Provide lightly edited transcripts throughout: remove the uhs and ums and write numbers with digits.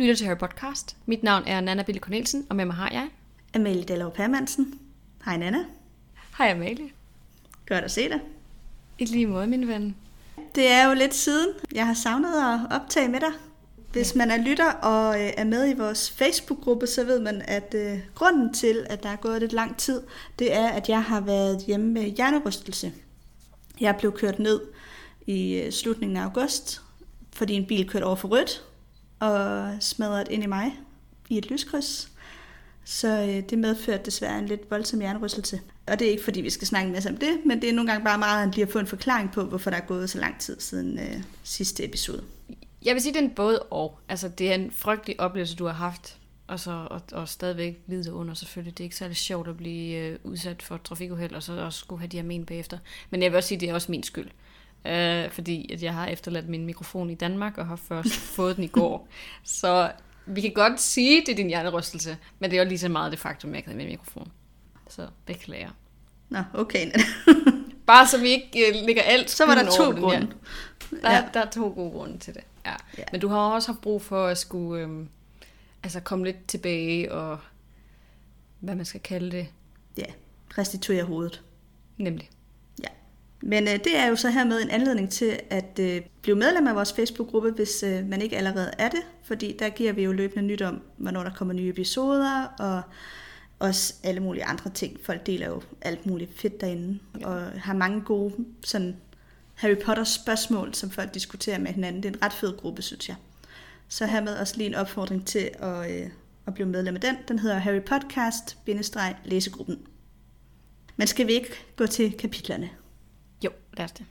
lytter til Harry Podcast. Mit navn er Nanna Bille Cornelsen, og med mig har jeg... Amalie Dallov Hermansen. Hej Nanna. Hej Amalie. Godt at se dig. I lige måde, min ven. Det er jo lidt siden. Jeg har savnet at optage med dig. Hvis man er lytter og er med i vores Facebook-gruppe, så ved man, at grunden til, at der er gået lidt lang tid, det er, at jeg har været hjemme med hjernerystelse. Jeg blev kørt ned i slutningen af august, fordi en bil kørte over for rødt og smadrede ind i mig i et lyskryds. Så det medførte desværre en lidt voldsom hjernerystelse. Og det er ikke fordi, vi skal snakke en masse om det, men det er nogle gange bare meget lige at få en forklaring på, hvorfor der er gået så lang tid siden sidste episode. Jeg vil sige, det er en både og. Altså, det er en frygtelig oplevelse, du har haft, og stadigvæk lide under selvfølgelig. Det er ikke særlig sjovt at blive udsat for trafikuheld, og så også skulle have de her men bagefter. Men jeg vil også sige, det er også min skyld. Fordi at jeg har efterladt min mikrofon i Danmark, og har først fået den i går. Så vi kan godt sige, det er din hjernerystelse, men det er jo lige så meget det faktum, jeg ikke havde min mikrofon. Så beklager. Nå, okay. Bare så vi ikke lægger alt. Så var der to grunde. Der er to gode grunde til det. Ja. Men du har også haft brug for at skulle komme lidt tilbage og hvad man skal kalde det. Ja, restituere hovedet. Nemlig. Ja. Men det er jo så hermed en anledning til at blive medlem af vores Facebook-gruppe, hvis man ikke allerede er det. Fordi der giver vi jo løbende nyt om, hvornår der kommer nye episoder, og også alle mulige andre ting. Folk deler jo alt muligt fedt derinde, og har mange gode sådan Harry Potter spørgsmål, som folk diskuterer med hinanden. Det er en ret fed gruppe, synes jeg. Så hermed også lige en opfordring til at blive medlem af den. Den hedder Harry Podcast-læsegruppen. Men skal vi ikke gå til kapitlerne? Jo, lad os det.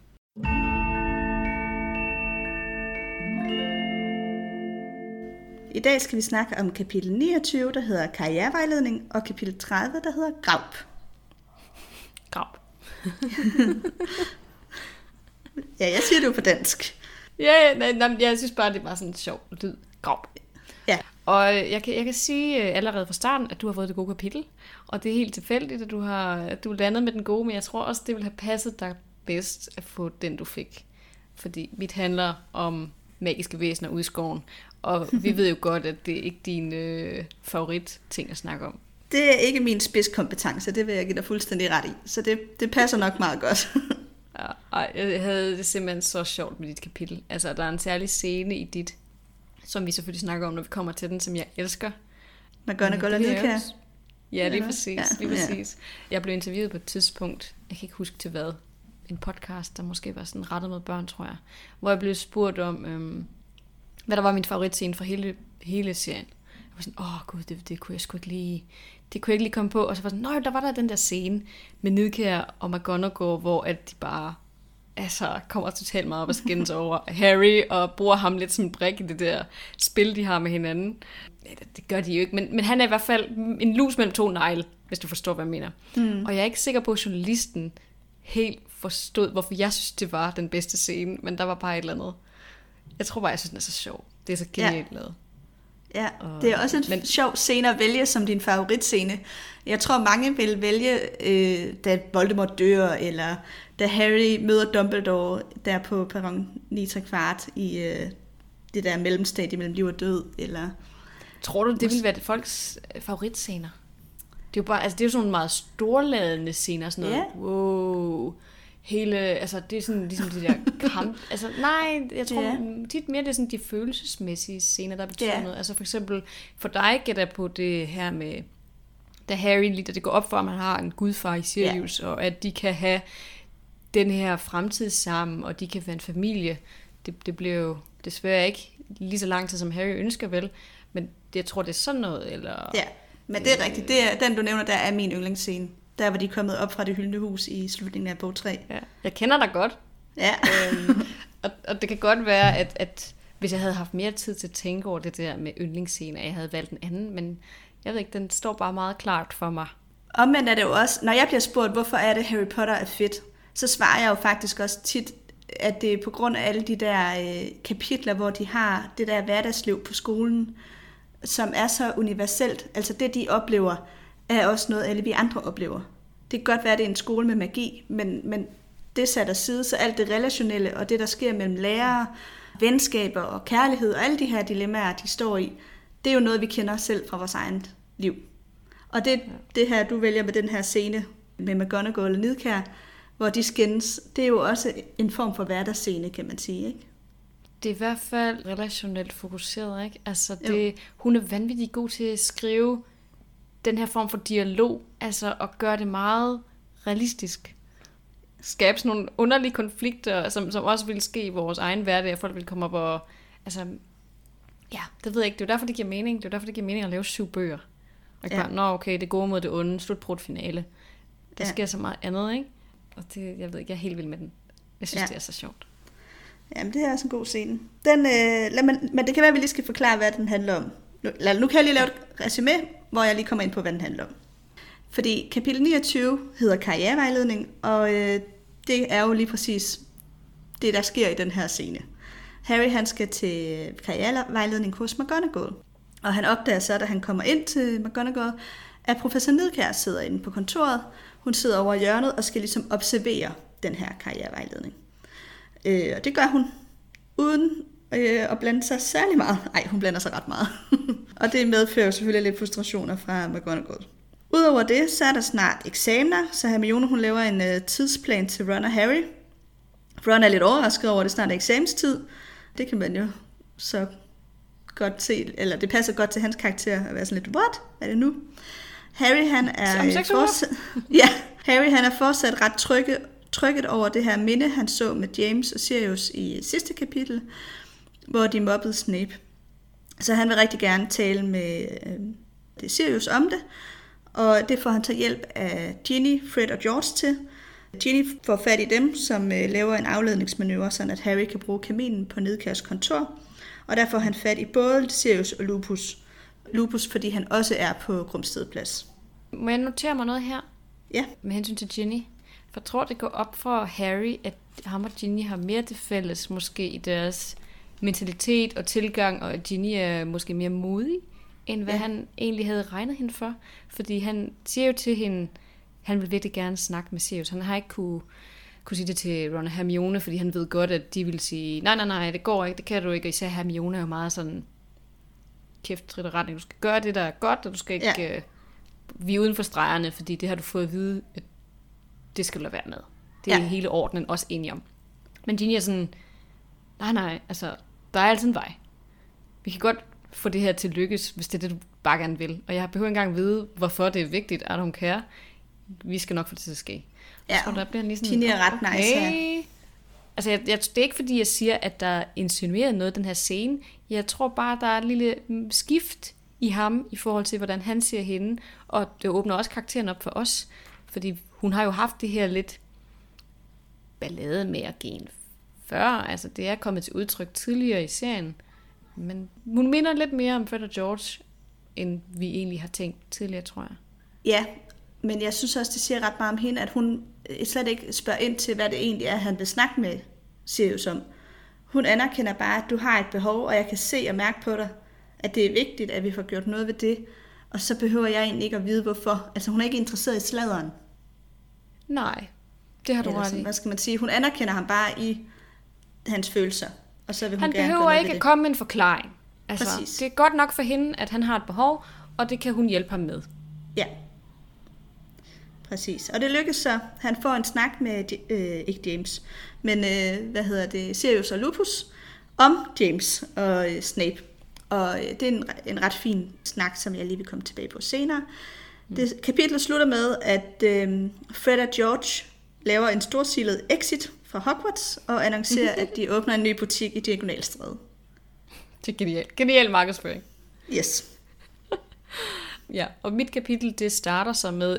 I dag skal vi snakke om kapitel 29, der hedder Karrierevejledning, og kapitel 30, der hedder Graup. Graup. Ja, jeg siger det jo på dansk. Ja, jeg synes bare, det var sådan en sjov lyd. Graup. Ja. Og jeg kan sige allerede fra starten, at du har fået det gode kapitel, og det er helt tilfældigt, at du er landet med den gode, men jeg tror også, det ville have passet dig bedst at få den, du fik. Fordi mit handler om magiske væsener ude i skoven, og vi ved jo godt, at det er ikke din favorit ting at snakke om. Det er ikke min spidskompetence, det vil jeg give dig fuldstændig ret i, så det passer nok meget godt. Ja, jeg havde det simpelthen så sjovt med dit kapitel. Altså, der er en særlig scene i dit, som vi selvfølgelig snakker om, når vi kommer til den, som jeg elsker. McGonagall og Nidkjær. Ja, lige præcis. Jeg blev interviewet på et tidspunkt, jeg kan ikke huske til hvad, en podcast, der måske var sådan rettet mod børn, tror jeg, hvor jeg blev spurgt om, hvad der var min favoritscene fra hele serien. Jeg var sådan, gud, det kunne jeg sgu ikke lige, det kunne jeg ikke lige komme på. Og så var sådan, der var der den der scene med Nidkjær og McGonagall, hvor at de bare kommer totalt meget op og skændes over Harry, og bruger ham lidt som en brik i det der spil, de har med hinanden. Ja, det gør de jo ikke, men han er i hvert fald en lus mellem to negle, hvis du forstår, hvad jeg mener. Og jeg er ikke sikker på, at journalisten helt forstod, hvorfor jeg synes, det var den bedste scene, men der var bare et eller andet. Jeg tror bare, jeg synes, den er så sjov. Det er så genialt lavet. Ja, det er også en sjov scene at vælge som din favoritscene. Jeg tror, mange vil vælge, da Voldemort dør, eller da Harry møder Dumbledore der på perron 9/4 i det der mellemstadie mellem liv og død. Eller tror du, det vil være folks favoritscener? Det er jo bare, det er jo sådan nogle meget storladende scener, sådan noget, wow, det er sådan ligesom de der kamp, nej, jeg tror tit mere, det er sådan de følelsesmæssige scener, der betyder noget. Altså for eksempel, for dig gætter på det her med, da Harry, da det går op for, at man har en gudfar i Sirius, og at de kan have den her fremtid sammen, og de kan være en familie. Det bliver jo desværre ikke lige så lang tid, som Harry ønsker vel, men jeg tror, det er sådan noget, eller... Ja, men det er rigtigt. Det er, den, du nævner, der er min yndlingsscene. Der var de kommet op fra det hyldende hus i slutningen af bog 3. Ja. Jeg kender dig godt. Ja. Og det kan godt være, at hvis jeg havde haft mere tid til at tænke over det der med yndlingsscener, jeg havde valgt en anden, men jeg ved ikke, den står bare meget klart for mig. Omvendt er det jo også, når jeg bliver spurgt, hvorfor er det Harry Potter er fedt, så svarer jeg jo faktisk også tit, at det er på grund af alle de der kapitler, hvor de har det der hverdagsliv på skolen, som er så universelt. Altså det, de oplever, er også noget, alle vi andre oplever. Det kan godt være, at det er en skole med magi, men det sat af side, så alt det relationelle og det, der sker mellem lærere, venskaber og kærlighed og alle de her dilemmaer, de står i, det er jo noget, vi kender selv fra vores eget liv. Og det her, du vælger med den her scene med McGonagall og Nidkjær, hvor de skændes, det er jo også en form for hverdagsscene, kan man sige, ikke? Det er i hvert fald relationelt fokuseret, ikke? Altså, hun er vanvittigt god til at skrive den her form for dialog, altså at gøre det meget realistisk. Skabe sådan nogle underlige konflikter, som også ville ske i vores egen hverdag, og folk ville komme op og... Altså, ja, det ved jeg ikke. Det er jo derfor, det giver mening. Det er jo derfor, det giver mening at lave 7 bøger. Og ikke bare, okay, det gode mod det onde, slutbrudt finale. Der sker så meget andet, ikke? Og det, jeg ved ikke, jeg er helt vild med den. Jeg synes, det er så sjovt. Jamen, det er også en god scene. Men det kan være, at vi lige skal forklare, hvad den handler om. Nu kan jeg lige lave et resumé, hvor jeg lige kommer ind på, hvad den handler om. Fordi kapitel 29 hedder karrierevejledning, og det er jo lige præcis det, der sker i den her scene. Harry, han skal til karrierevejledning hos McGonagall, og han opdager så, da han kommer ind til McGonagall, at professor Nidkjær sidder inde på kontoret. Hun sidder over hjørnet og skal ligesom observere den her karrierevejledning. Og det gør hun uden at blande sig særlig meget. Nej, hun blander sig ret meget. Og det medfører selvfølgelig lidt frustrationer fra McGonagall. Udover det, så er der snart eksamener, så Hermione hun laver en tidsplan til Ron og Harry. Ron er lidt overrasket over, at det snart er eksamenstid. Det kan man jo så godt se, eller det passer godt til hans karakter at være sådan lidt, what? Hvad er det nu? Harry han er fortsat ret trykket over det her minde, han så med James og Sirius i sidste kapitel, hvor de mobbede Snape. Så han vil rigtig gerne tale med Sirius om det, og det får han taget hjælp af Ginny, Fred og George til. Ginny får fat i dem, som laver en afledningsmanøvre, så at Harry kan bruge kaminen på Nidkjærs kontor, og der får han fat i både Sirius og Lupus. Lupus, fordi han også er på Grumstedplads. Må jeg notere mig noget her? Ja. Med hensyn til Ginny? For jeg tror, det går op for Harry, at ham og Ginny har mere til fælles, måske i deres mentalitet og tilgang, og at Ginny er måske mere modig, end hvad han egentlig havde regnet hende for. Fordi han siger jo til hende, han vil virkelig gerne snakke med Sirius. Han har ikke kunne sige det til Ron og Hermione, fordi han ved godt, at de vil sige, nej, det går ikke, det kan du ikke. Og især Hermione er jo meget sådan, kæft, trit og retning, du skal gøre det, der er godt, og du skal ikke vi er uden for stregerne, fordi det har du fået at vide, at det skal du lade være med. Det er hele ordenen også enige om. Men Ginny er sådan, nej, altså, der er altid en vej. Vi kan godt få det her til lykkes, hvis det er det, du bare gerne vil. Og jeg behøver ikke engang vide, hvorfor det er vigtigt, at hun kan. Vi skal nok få det til at ske. Ja, så der bliver lige sådan, Ginny er ret nice her. Altså, det er ikke fordi, jeg siger, at der er insinueret noget i den her scene. Jeg tror bare, der er et lille skift i ham, i forhold til, hvordan han ser hende. Og det åbner også karakteren op for os. Fordi hun har jo haft det her lidt ballade med at gen før. Altså, det er kommet til udtryk tidligere i serien. Men hun minder lidt mere om Fred og George, end vi egentlig har tænkt tidligere, tror jeg. Ja, men jeg synes også, det siger ret meget om hende, at hun slet ikke spørger ind til, hvad det egentlig er, han vil snakke med Sirius om. Hun anerkender bare, at du har et behov, og jeg kan se og mærke på dig, at det er vigtigt, at vi får gjort noget ved det. Og så behøver jeg egentlig ikke at vide, hvorfor. Altså, hun er ikke interesseret i sladderen. Nej, det har du ret i. Hvad skal man sige? Hun anerkender ham bare i hans følelser. Og så vil hun han gerne behøver ikke at komme med en forklaring. Altså, præcis. Det er godt nok for hende, at han har et behov, og det kan hun hjælpe ham med. Ja, præcis. Og det lykkes så. Han får en snak med, ikke James, men Sirius og Lupus, om James og Snape. Og det er en ret fin snak, som jeg lige vil komme tilbage på senere. Kapitlet slutter med, at Fred og George laver en storsilet exit fra Hogwarts og annoncerer, at de åbner en ny butik i Diagonalstræde. Det er genialt. Genial markedsføring. Yes. Ja, og mit kapitel, det starter så med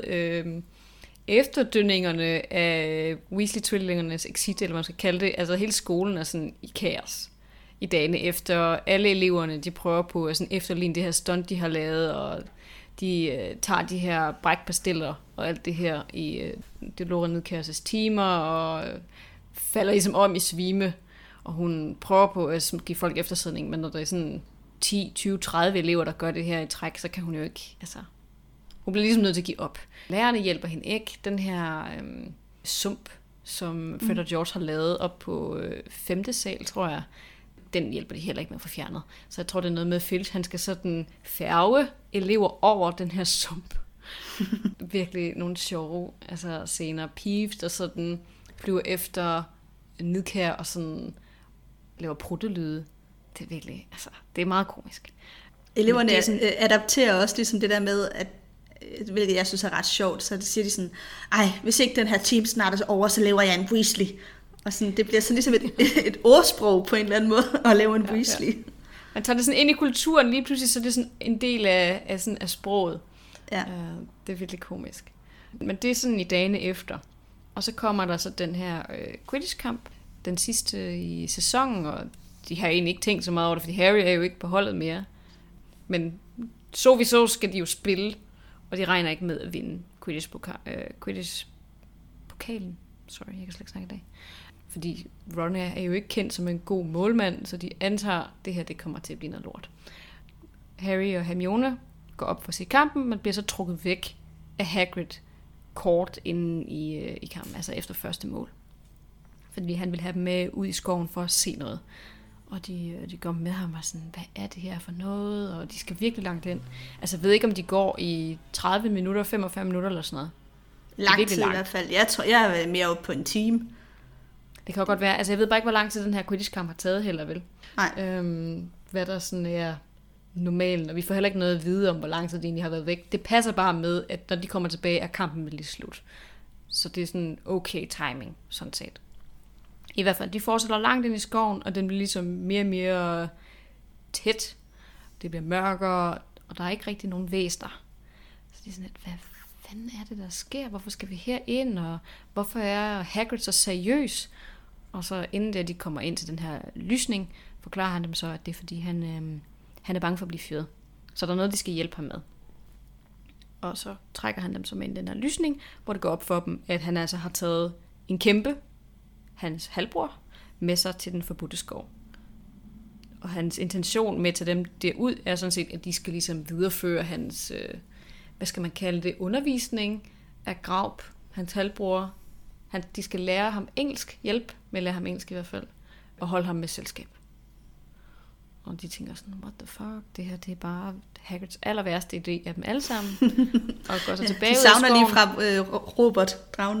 efterdønningerne af Weasley-tvillingernes exit, eller man skal kalde det. Altså hele skolen er sådan i kaos i dagene efter. Alle eleverne, de prøver på at sådan efterligne det her stunt, de har lavet, og de tager de her brækpastiller og alt det her i Delora Nidkjærs timer, og falder ligesom om i svime, og hun prøver på at give folk eftersidning, men når der er sådan 10, 20, 30 elever, der gør det her i træk, så kan hun jo ikke, altså, hun bliver ligesom nødt til at give op. Lærerne hjælper hende ikke. Den her sump, som Fred og George har lavet op på 5. sal, tror jeg, den hjælper de heller ikke med at få fjernet. Så jeg tror, det er noget med Filch, han skal sådan færge elever over den her sump. Virkelig nogle sjove scener. Peeves, der sådan flyver efter Nidkær og sådan laver pruttelyde. Det er virkelig, det er meget komisk. Eleverne adapterer også ligesom det der med, at, hvilket jeg synes er ret sjovt, så siger de sådan, hvis ikke den her team snart er over, så laver jeg en Weasley. Og sådan, det bliver sådan ligesom et ordsprog på en eller anden måde, at lave en Weasley. Ja. Man tager det sådan ind i kulturen, lige pludselig, så det er sådan en del af sproget. Ja. Det er virkelig komisk. Men det er sådan i dagene efter. Og så kommer der så den her Quidditch-kamp, den sidste i sæsonen, og de har egentlig ikke tænkt så meget over det, fordi Harry er jo ikke på holdet mere. Men så skal de jo spille, og de regner ikke med at vinde Quidditch-pokalen. Sorry, jeg kan slet ikke snakke i dag. Fordi Ron er jo ikke kendt som en god målmand, så de antager, at det her det kommer til at blive noget lort. Harry og Hermione går op for at se kampen, men bliver så trukket væk af Hagrid kort inde i kampen, altså efter første mål. Fordi han vil have dem med ud i skoven for at se noget. Og de går med ham og sådan, hvad er det her for noget? Og de skal virkelig langt ind. Altså jeg ved ikke, om de går i 30 minutter, 45 minutter eller sådan noget. Lang tid i hvert fald. Jeg tror, jeg er mere oppe på en time. Det kan jo godt være. Altså jeg ved bare ikke, hvor lang tid den her Quidditch-kamp har taget heller, vel? Nej. Hvad der sådan er normalen, og vi får heller ikke noget at vide om, hvor lang tid de egentlig har været væk. Det passer bare med, at når de kommer tilbage, er kampen vel lige slut. Så det er sådan okay timing, sådan set. I hvert fald, de fortsætter langt ind i skoven, og den bliver ligesom mere og mere tæt. Det bliver mørkere, og der er ikke rigtig nogen væsner. Så det er sådan lidt, hvad fanden er det, der sker? Hvorfor skal vi herind? Og hvorfor er Hagrid så seriøs? Og så inden det, de kommer ind til den her lysning, forklarer han dem så, at det er fordi, han er bange for at blive fyret. Så der er noget, de skal hjælpe ham med. Og så trækker han dem så med ind i den her lysning, hvor det går op for dem, at han altså har taget en kæmpe, hans halvbror, med sig til den forbudte skov. Og hans intention med at tage dem derud, er sådan set, at de skal ligesom videreføre hans, hvad skal man kalde det, undervisning af Graup, hans halvbror. De skal lære ham engelsk, hjælp med at lære ham engelsk i hvert fald, og holde ham med selskab. Og de tænker sådan, what the fuck, det her det er bare Hagrids aller værste idé af dem alle sammen. Og går så tilbage ud af skoven. De savner lige fra Norbert.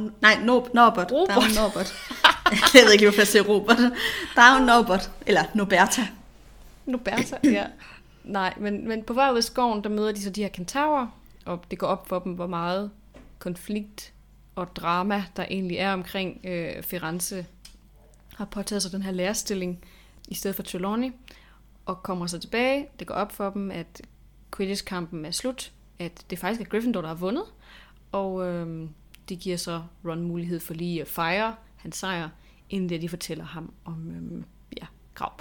Dragen Norbert. Jeg ved ikke lige, hvorfor jeg siger Robert. Dragen Norbert, eller Noberta. Noberta, ja. Nej, men på vej ud af skoven, der møder de så de her kentaurer, og det går op for dem, hvor meget konflikt og drama, der egentlig er omkring Firenze, har påtaget sig den her lærerstilling i stedet for Trelawney, og kommer så tilbage. Det går op for dem, at Quidditch-kampen er slut, at det faktisk er Gryffindor, der har vundet, og det giver så Ron mulighed for lige at fejre hans sejr, inden det de fortæller ham om Graup.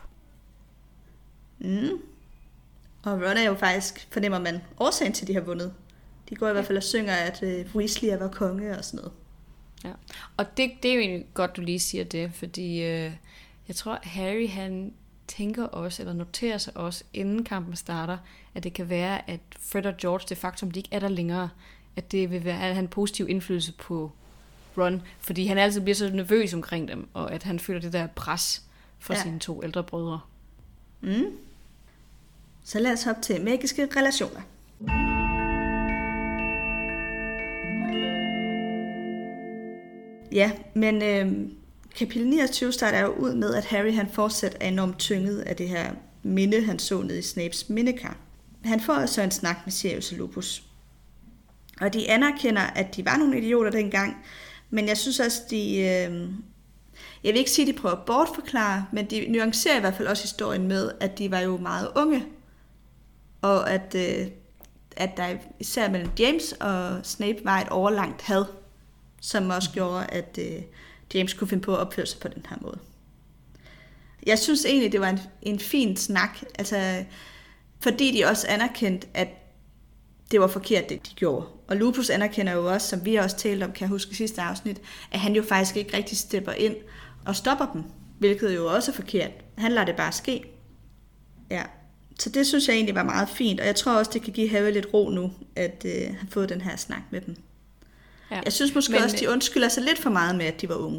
Og Ron er jo faktisk, fornemmer man, årsagen til, de har vundet. De går i hvert fald og synger, at Weasley var konge og sådan noget. Ja, og det er jo egentlig godt, du lige siger det, fordi jeg tror, Harry han tænker også, eller noterer sig også, inden kampen starter, at det kan være, at Fred og George, det faktum, de ikke er der længere, at det vil være, at han en positiv indflydelse på Ron, fordi han altid bliver så nervøs omkring dem, og at han føler det der pres for sine to ældre brødre. Så lad os hoppe til magiske relationer. Ja, men kapitel 29 starter jo ud med, at Harry han fortsat er enormt tynget af det her minde, han så nede i Snapes mindekar. Han får også en snak med Sirius og Lupus. Og de anerkender, at de var nogle idioter dengang, men jeg synes også, jeg vil ikke sige, at de prøver at bortforklare, men de nuancerer i hvert fald også historien med, at de var jo meget unge, og at der især mellem James og Snape var et overlangt had, som også gjorde, at James kunne finde på at opføre sig på den her måde. Jeg synes egentlig, det var en fin snak, altså, fordi de også anerkendte, at det var forkert, det de gjorde. Og Lupus anerkender jo også, som vi også talte om, kan jeg huske i sidste afsnit, at han jo faktisk ikke rigtig stepper ind og stopper dem, hvilket jo også er forkert. Han lader det bare ske. Ja, så det synes jeg egentlig var meget fint, og jeg tror også, det kan give Harry lidt ro nu, at han har fået den her snak med dem. Ja. Jeg synes måske også, de undskylder sig lidt for meget med, at de var unge.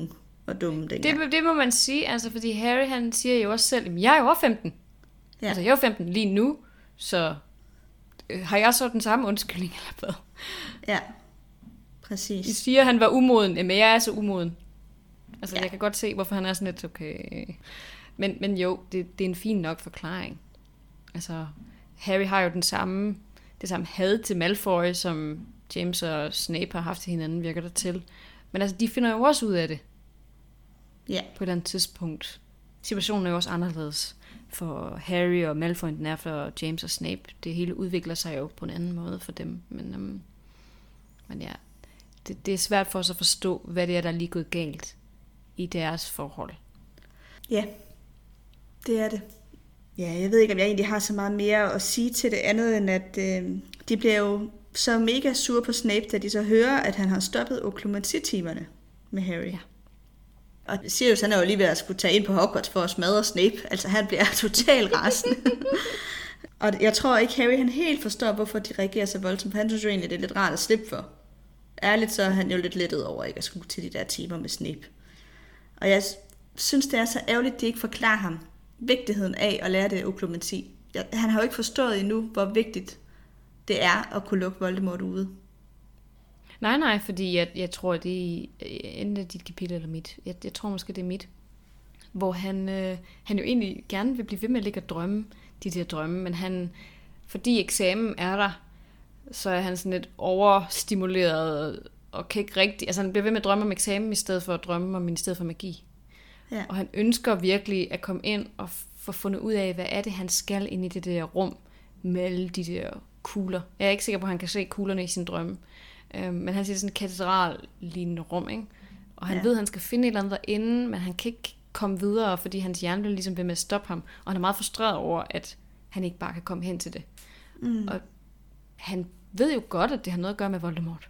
var dumme dengang. Det må man sige, altså, fordi Harry, han siger jo også selv, jeg er jo også 15. Ja. Altså, jeg er jo 15 lige nu, så har jeg så den samme undskyldning, eller hvad? Ja, præcis. I siger, at han var umoden, men jeg er så umoden. Altså, jeg kan godt se, hvorfor han er sådan lidt, okay. Men jo, det er en fin nok forklaring. Altså, Harry har jo det samme had til Malfoy, som James og Snape har haft til hinanden, virker der til. Men altså, de finder jo også ud af det. Ja. På et eller andet tidspunkt. Situationen er jo også anderledes for Harry og Malfoy, end den er for James og Snape. Det hele udvikler sig jo på en anden måde for dem. Men ja, det er svært for os at forstå, hvad det er, der er lige gået galt i deres forhold. Ja, det er det. Ja, jeg ved ikke, om jeg egentlig har så meget mere at sige til det andet, end at de bliver jo så mega sure på Snape, da de så hører, at han har stoppet oklumensitimerne med Harry. Ja. Og Sirius, han er jo lige ved at skulle tage ind på Hogwarts for at smadre Snape. Altså, han bliver totalt rasende. Og jeg tror ikke, Harry han helt forstår, hvorfor de reagerer så voldsomt. For han synes jo egentlig, det er lidt rart at slippe for. Ærligt, så er han jo lidt lettet over ikke at skulle til de der timer med Snape. Og jeg synes, det er så ærgerligt, at de ikke forklarer ham vigtigheden af at lære det oklumenti. Han har jo ikke forstået endnu, hvor vigtigt det er at kunne lukke Voldemort ude. Nej, fordi jeg tror, det er enten dit kapitel eller mit. Jeg tror måske, det er mit. Hvor han jo egentlig gerne vil blive ved med at ligge og drømme de der drømme, men fordi eksamen er der, så er han sådan lidt overstimuleret og kan ikke rigtig... Altså han bliver ved med at drømme om eksamen i stedet for at drømme om Ministeriet for Magi. Ja. Og han ønsker virkelig at komme ind og få fundet ud af, hvad er det, han skal ind i det der rum med alle de der kugler. Jeg er ikke sikker på, at han kan se kuglerne i sin drømme. Men han siger sådan en katedral-lignende rum, ikke? Og han ved, at han skal finde et eller andet derinde, men han kan ikke komme videre, fordi hans hjerne bliver ligesom ved med at stoppe ham. Og han er meget frustreret over, at han ikke bare kan komme hen til det. Og han ved jo godt, at det har noget at gøre med Voldemort.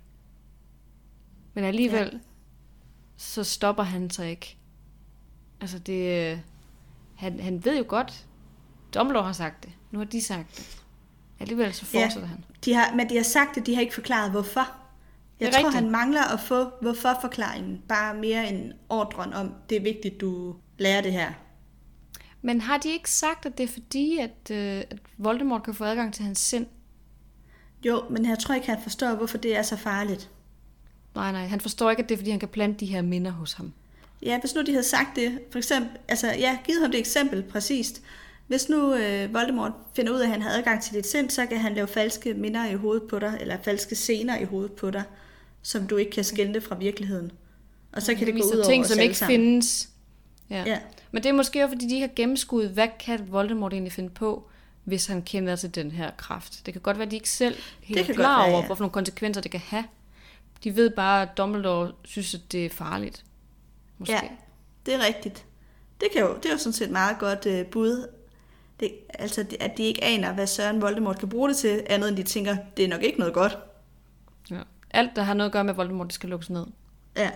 Men alligevel, så stopper han sig ikke. Altså det... Han ved jo godt, Dumbledore har sagt det. Nu har de sagt det. Alligevel så fortsætter han. Men de har sagt det, de har ikke forklaret hvorfor. Jeg tror, han mangler at få hvorfor-forklaringen. Bare mere en ordren om, det er vigtigt, du lærer det her. Men har de ikke sagt, at det er fordi, at Voldemort kan få adgang til hans sind? Jo, men jeg tror ikke, han forstår, hvorfor det er så farligt. Nej, han forstår ikke, at det er fordi, han kan plante de her minder hos ham. Ja, hvis nu de havde sagt det, for eksempel, givet ham det eksempel præcist. Hvis nu Voldemort finder ud af, at han har adgang til dit sind, så kan han lave falske minder i hovedet på dig, eller falske scener i hovedet på dig, som du ikke kan skelne fra virkeligheden. Og så kan det gå ud over ting, som ikke sammen. Findes. Ja. Men det er måske også, fordi de har gennemskuddet, hvad kan Voldemort egentlig finde på, hvis han kender til den her kraft. Det kan godt være, at de ikke selv helt er klar over, hvorfor nogle konsekvenser det kan have. De ved bare, at Dumbledore synes, at det er farligt. Måske. Ja, det er rigtigt. Det er jo sådan set meget godt bud. At de ikke aner, hvad Søren Voldemort kan bruge det til, andet end de tænker, det er nok ikke noget godt. Ja. Alt, der har noget at gøre med Voldemort, det skal lukkes ned. Ja.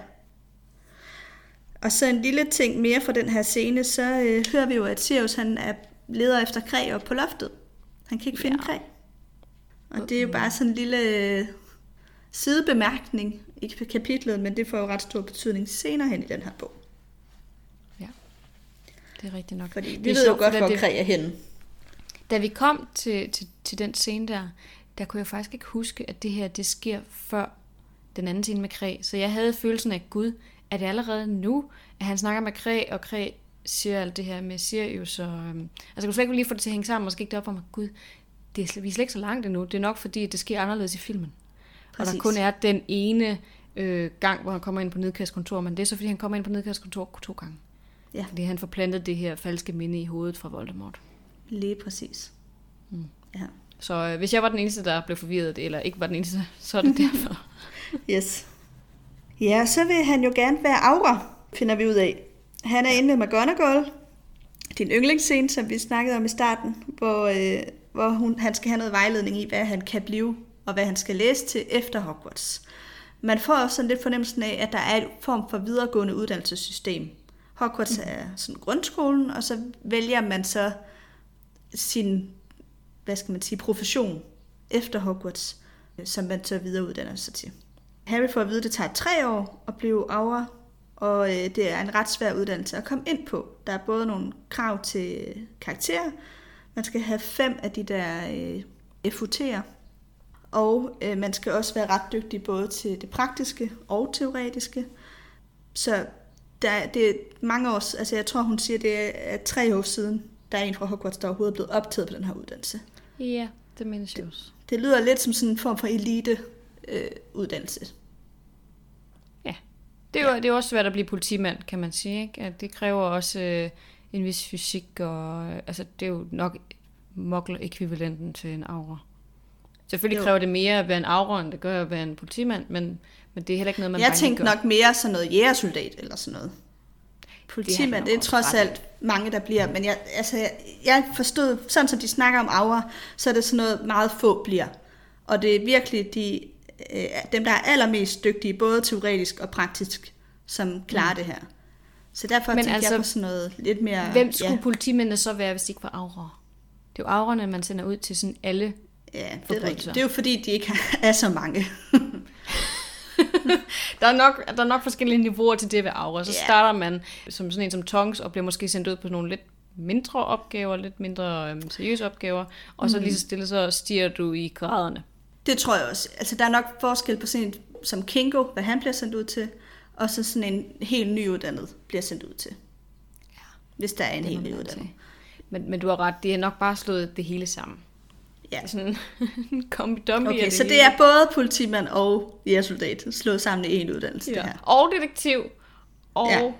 Og så en lille ting mere fra den her scene, så hører vi jo, at Sirius han leder efter Kræ oppe på loftet. Han kan ikke finde Kræ. Og det er jo bare sådan en lille sidebemærkning i kapitlet, men det får jo ret stor betydning senere hen i den her bog. Ja, det er rigtigt nok. Fordi vi ved jo godt, hvor Kræ er henne. Da vi kom til den scene der kunne jeg faktisk ikke huske, at det her, det sker før den anden scene med Kræ. Så jeg havde følelsen af, Gud, er det allerede nu, at han snakker med Kræ, og Kræ siger alt det her med Sirius. Og, altså jeg kunne slet ikke lige få det til at hænge sammen, og så gik det op for mig, Gud, vi er slet ikke så langt endnu. Det er nok fordi, at det sker anderledes i filmen. Præcis. Og der kun er den ene gang, hvor han kommer ind på nedkastkontor, men det er så fordi, han kommer ind på nedkastkontor 2 gange. Ja. Fordi han får plantet det her falske minde i hovedet fra Voldemort. Lige præcis. Ja. Så hvis jeg var den eneste, der blev forvirret, eller ikke var den eneste, så er det derfor. Yes. Ja, så vil han jo gerne være Aura, finder vi ud af. Han er inde med McGonagall. Det er en yndlingsscene, som vi snakkede om i starten, hvor han skal have noget vejledning i, hvad han kan blive, og hvad han skal læse til efter Hogwarts. Man får også sådan lidt fornemmelsen af, at der er en form for videregående uddannelsessystem. Hogwarts er sådan grundskolen, og så vælger man så sin, profession efter Hogwarts, som man så videreuddanner sig til. Harry får at vide, at det tager 3 år at blive Aura, og det er en ret svær uddannelse at komme ind på. Der er både nogle krav til karakterer, man skal have 5 af de der FUT'er, og man skal også være ret dygtig både til det praktiske og teoretiske. Så det er mange år, altså jeg tror hun siger, det er 3 år siden, der er en fra Hogwarts, der overhovedet er blevet optaget på den her uddannelse. Ja, det mindes jeg også. Det lyder lidt som sådan en form for elite uddannelse. Ja, det er jo også svært at blive politimand, kan man sige, ikke? At det kræver også en vis fysik, og altså det er jo nok muggle-ekvivalenten til en aura. Selvfølgelig kræver det mere at være en aura, end det gør at være en politimand, men det er heller ikke noget, man Jeg tænkte nok mere sådan noget jægersoldat eller sådan noget. Politimand, det er trods alt mange, der bliver, men jeg forstod, sådan som de snakker om aura, så er det sådan noget, meget få bliver. Og det er virkelig dem, der er allermest dygtige, både teoretisk og praktisk, som klarer det her. Så derfor tænkte jeg på sådan noget lidt mere... Hvem skulle politimændene så være, hvis de ikke var aura? Det er jo aurerne, man sender ud til sådan alle det er rigtigt. Det er jo fordi, de ikke er så mange. Der er nok forskellige niveauer til det ved aura. Så starter man som sådan en som Tonks, og bliver måske sendt ud på nogle lidt mindre opgaver, lidt mindre seriøse opgaver, og så lige så stille, så stiger du i graderne. Det tror jeg også. Altså, der er nok forskel på sådan en som Kingo, hvad han bliver sendt ud til, og så sådan en helt nyuddannet bliver sendt ud til. Ja, hvis der er en helt nyuddannet. Men du har ret, det er nok bare slået det hele sammen. Ja. Sådan kombi-dumbi. Okay, så det er både politimand og jægersoldat slået sammen i en uddannelse, det her. Og detektiv og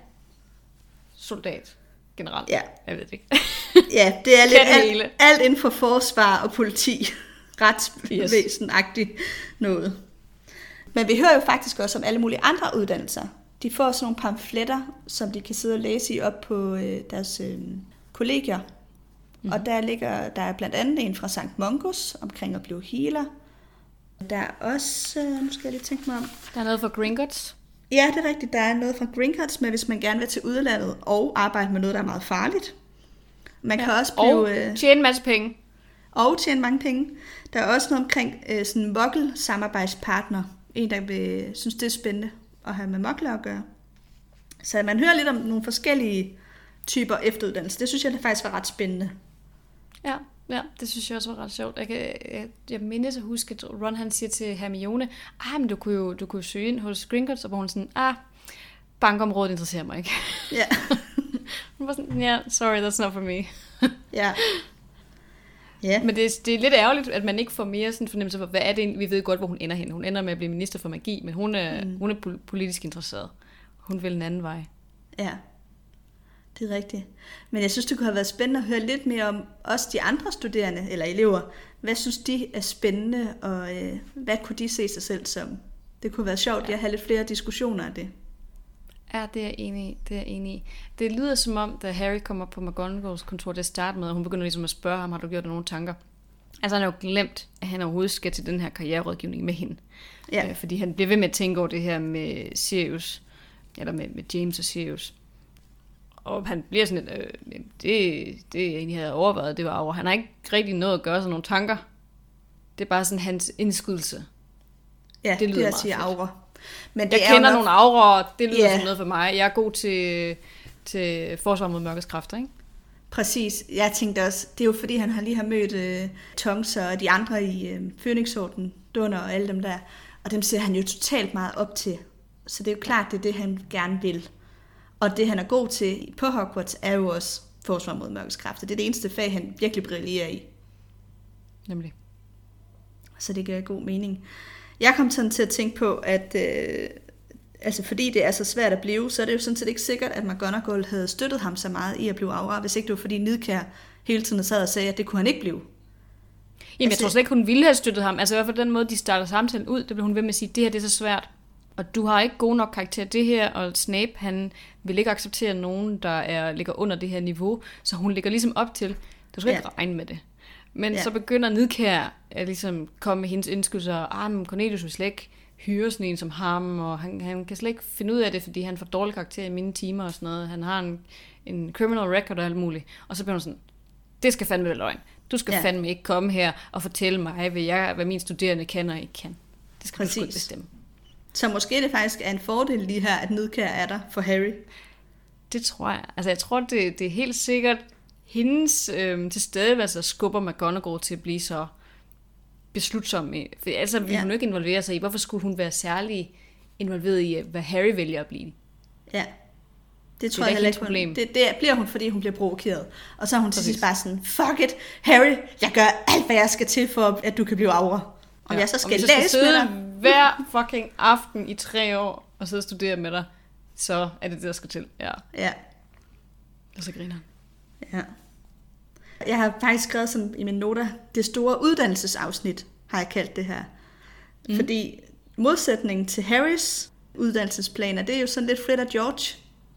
soldat generelt. Ja. Jeg ved det ikke. Ja, det er lidt alt inden for forsvar og politi. Retsvæsenagtigt noget. Men vi hører jo faktisk også om alle mulige andre uddannelser. De får sådan nogle pamfletter, som de kan sidde og læse i op på deres kollegier. Mm-hmm. Og der er blandt andet en fra Sankt Mungus omkring at blive healer. Der er også, nu skal jeg lige tænke mig om. Der er noget fra Gringotts. Ja, det er rigtigt. Der er noget fra Gringotts, men hvis man gerne vil til udlandet og arbejde med noget, der er meget farligt. Man kan også blive... Og tjene en masse penge. Og tjene mange penge. Der er også noget omkring sådan en muggle-samarbejdspartner. En, der synes, det er spændende at have med muggle at gøre. Så man hører lidt om nogle forskellige typer efteruddannelse. Det synes jeg det faktisk var ret spændende. Ja, det synes jeg også var ret sjovt. Jeg mindes at huske, at Ron han siger til Hermione, men du kunne jo søge ind hos Gringotts, og hvor hun sådan, bankområdet interesserer mig ikke. Ja. Hun var sådan, sorry, that's not for me. Ja. Yeah. Men det er lidt ærgerligt, at man ikke får mere sådan fornemmelse for, hvad er det, vi ved godt, hvor hun ender hen. Hun ender med at blive minister for magi, men hun er politisk interesseret. Hun vil en anden vej. Ja, det er rigtigt. Men jeg synes, det kunne have været spændende at høre lidt mere om også de andre studerende eller elever. Hvad synes de er spændende, og hvad kunne de se sig selv som? Det kunne være sjovt at have lidt flere diskussioner af det. Ja, det er jeg enig i. Det lyder som om, da Harry kommer på McGonagalls kontor, det starter med, og hun begynder ligesom at spørge ham, har du gjort nogle tanker? Altså han har jo glemt, at han overhovedet skal til den her karriererådgivning med hende. Ja. Fordi han bliver ved med at tænke over det her med Sirius, eller med James og Sirius. Og han bliver sådan det jeg egentlig havde overvejet, det var over. Han har ikke rigtig noget at gøre sig nogle tanker. Det er bare sådan hans indskydelse. Ja, det lyder meget fedt. Aura. Men jeg kender nogle auraer, det lyder som noget for mig. Jeg er god til forsvar mod mørkets kræfter, ikke? Præcis. Jeg tænkte også, det er jo fordi, han lige har mødt Tonks og de andre i Phoenix-orden, Dunder og alle dem der. Og dem ser han jo totalt meget op til. Så det er jo klart, det er det, han gerne vil. Og det, han er god til på Hogwarts, er jo også forsvar mod mørkets kræfter. Det er det eneste fag, han virkelig brillerer i. Nemlig. Så det giver god mening. Jeg kom sådan til at tænke på, at altså fordi det er så svært at blive, så er det jo sådan set ikke sikkert, at McGonagall havde støttet ham så meget i at blive aura, hvis ikke det var fordi Nidkjær hele tiden sad og sagde, at det kunne han ikke blive. Jamen, jeg tror slet ikke, hun ville have støttet ham. Altså i hvert fald den måde, de starter samtalen ud, der blev hun ved med at sige, det her det er så svært, og du har ikke god nok karakter det her, og Snape, han vil ikke acceptere nogen, der ligger under det her niveau, så hun ligger ligesom op til, du skal ikke regne med det. Men så begynder Nidkjær at ligesom komme med hendes indskydelser, men Cornelius vil slet ikke hyre sådan en som ham, og han kan slet ikke finde ud af det, fordi han får dårlig karakter i mine timer og sådan noget. Han har en criminal record og alt muligt. Og så bliver hun sådan, det skal fandme være løgn. Du skal fandme ikke komme her og fortælle mig, hvad mine studerende kan og ikke kan. Det skal du sgu ikke bestemme. Så måske det faktisk er en fordel lige her, at Nidkjær er der for Harry. Det tror jeg. Altså jeg tror, det er helt sikkert hendes tilstedeværelse skubber McGonagall til at blive så beslutsom. For altså vil hun jo ikke involvere sig i. Hvorfor skulle hun være særlig involveret i, hvad Harry vælger at blive? Ja. Det tror jeg heller ikke. Det bliver hun, fordi hun bliver provokeret. Og så er hun til sidst bare sådan, fuck it, Harry, jeg gør alt, hvad jeg skal til for, at du kan blive Auror. Om jeg så skal læse med dig. Hver fucking aften i 3 år, og sidde og studere med dig, så er det der skal til. Ja. Og så griner han. Ja. Jeg har faktisk skrevet sådan i mine noter, det store uddannelsesafsnit, har jeg kaldt det her. Fordi modsætningen til Harrys uddannelsesplaner, det er jo sådan lidt Fred og George.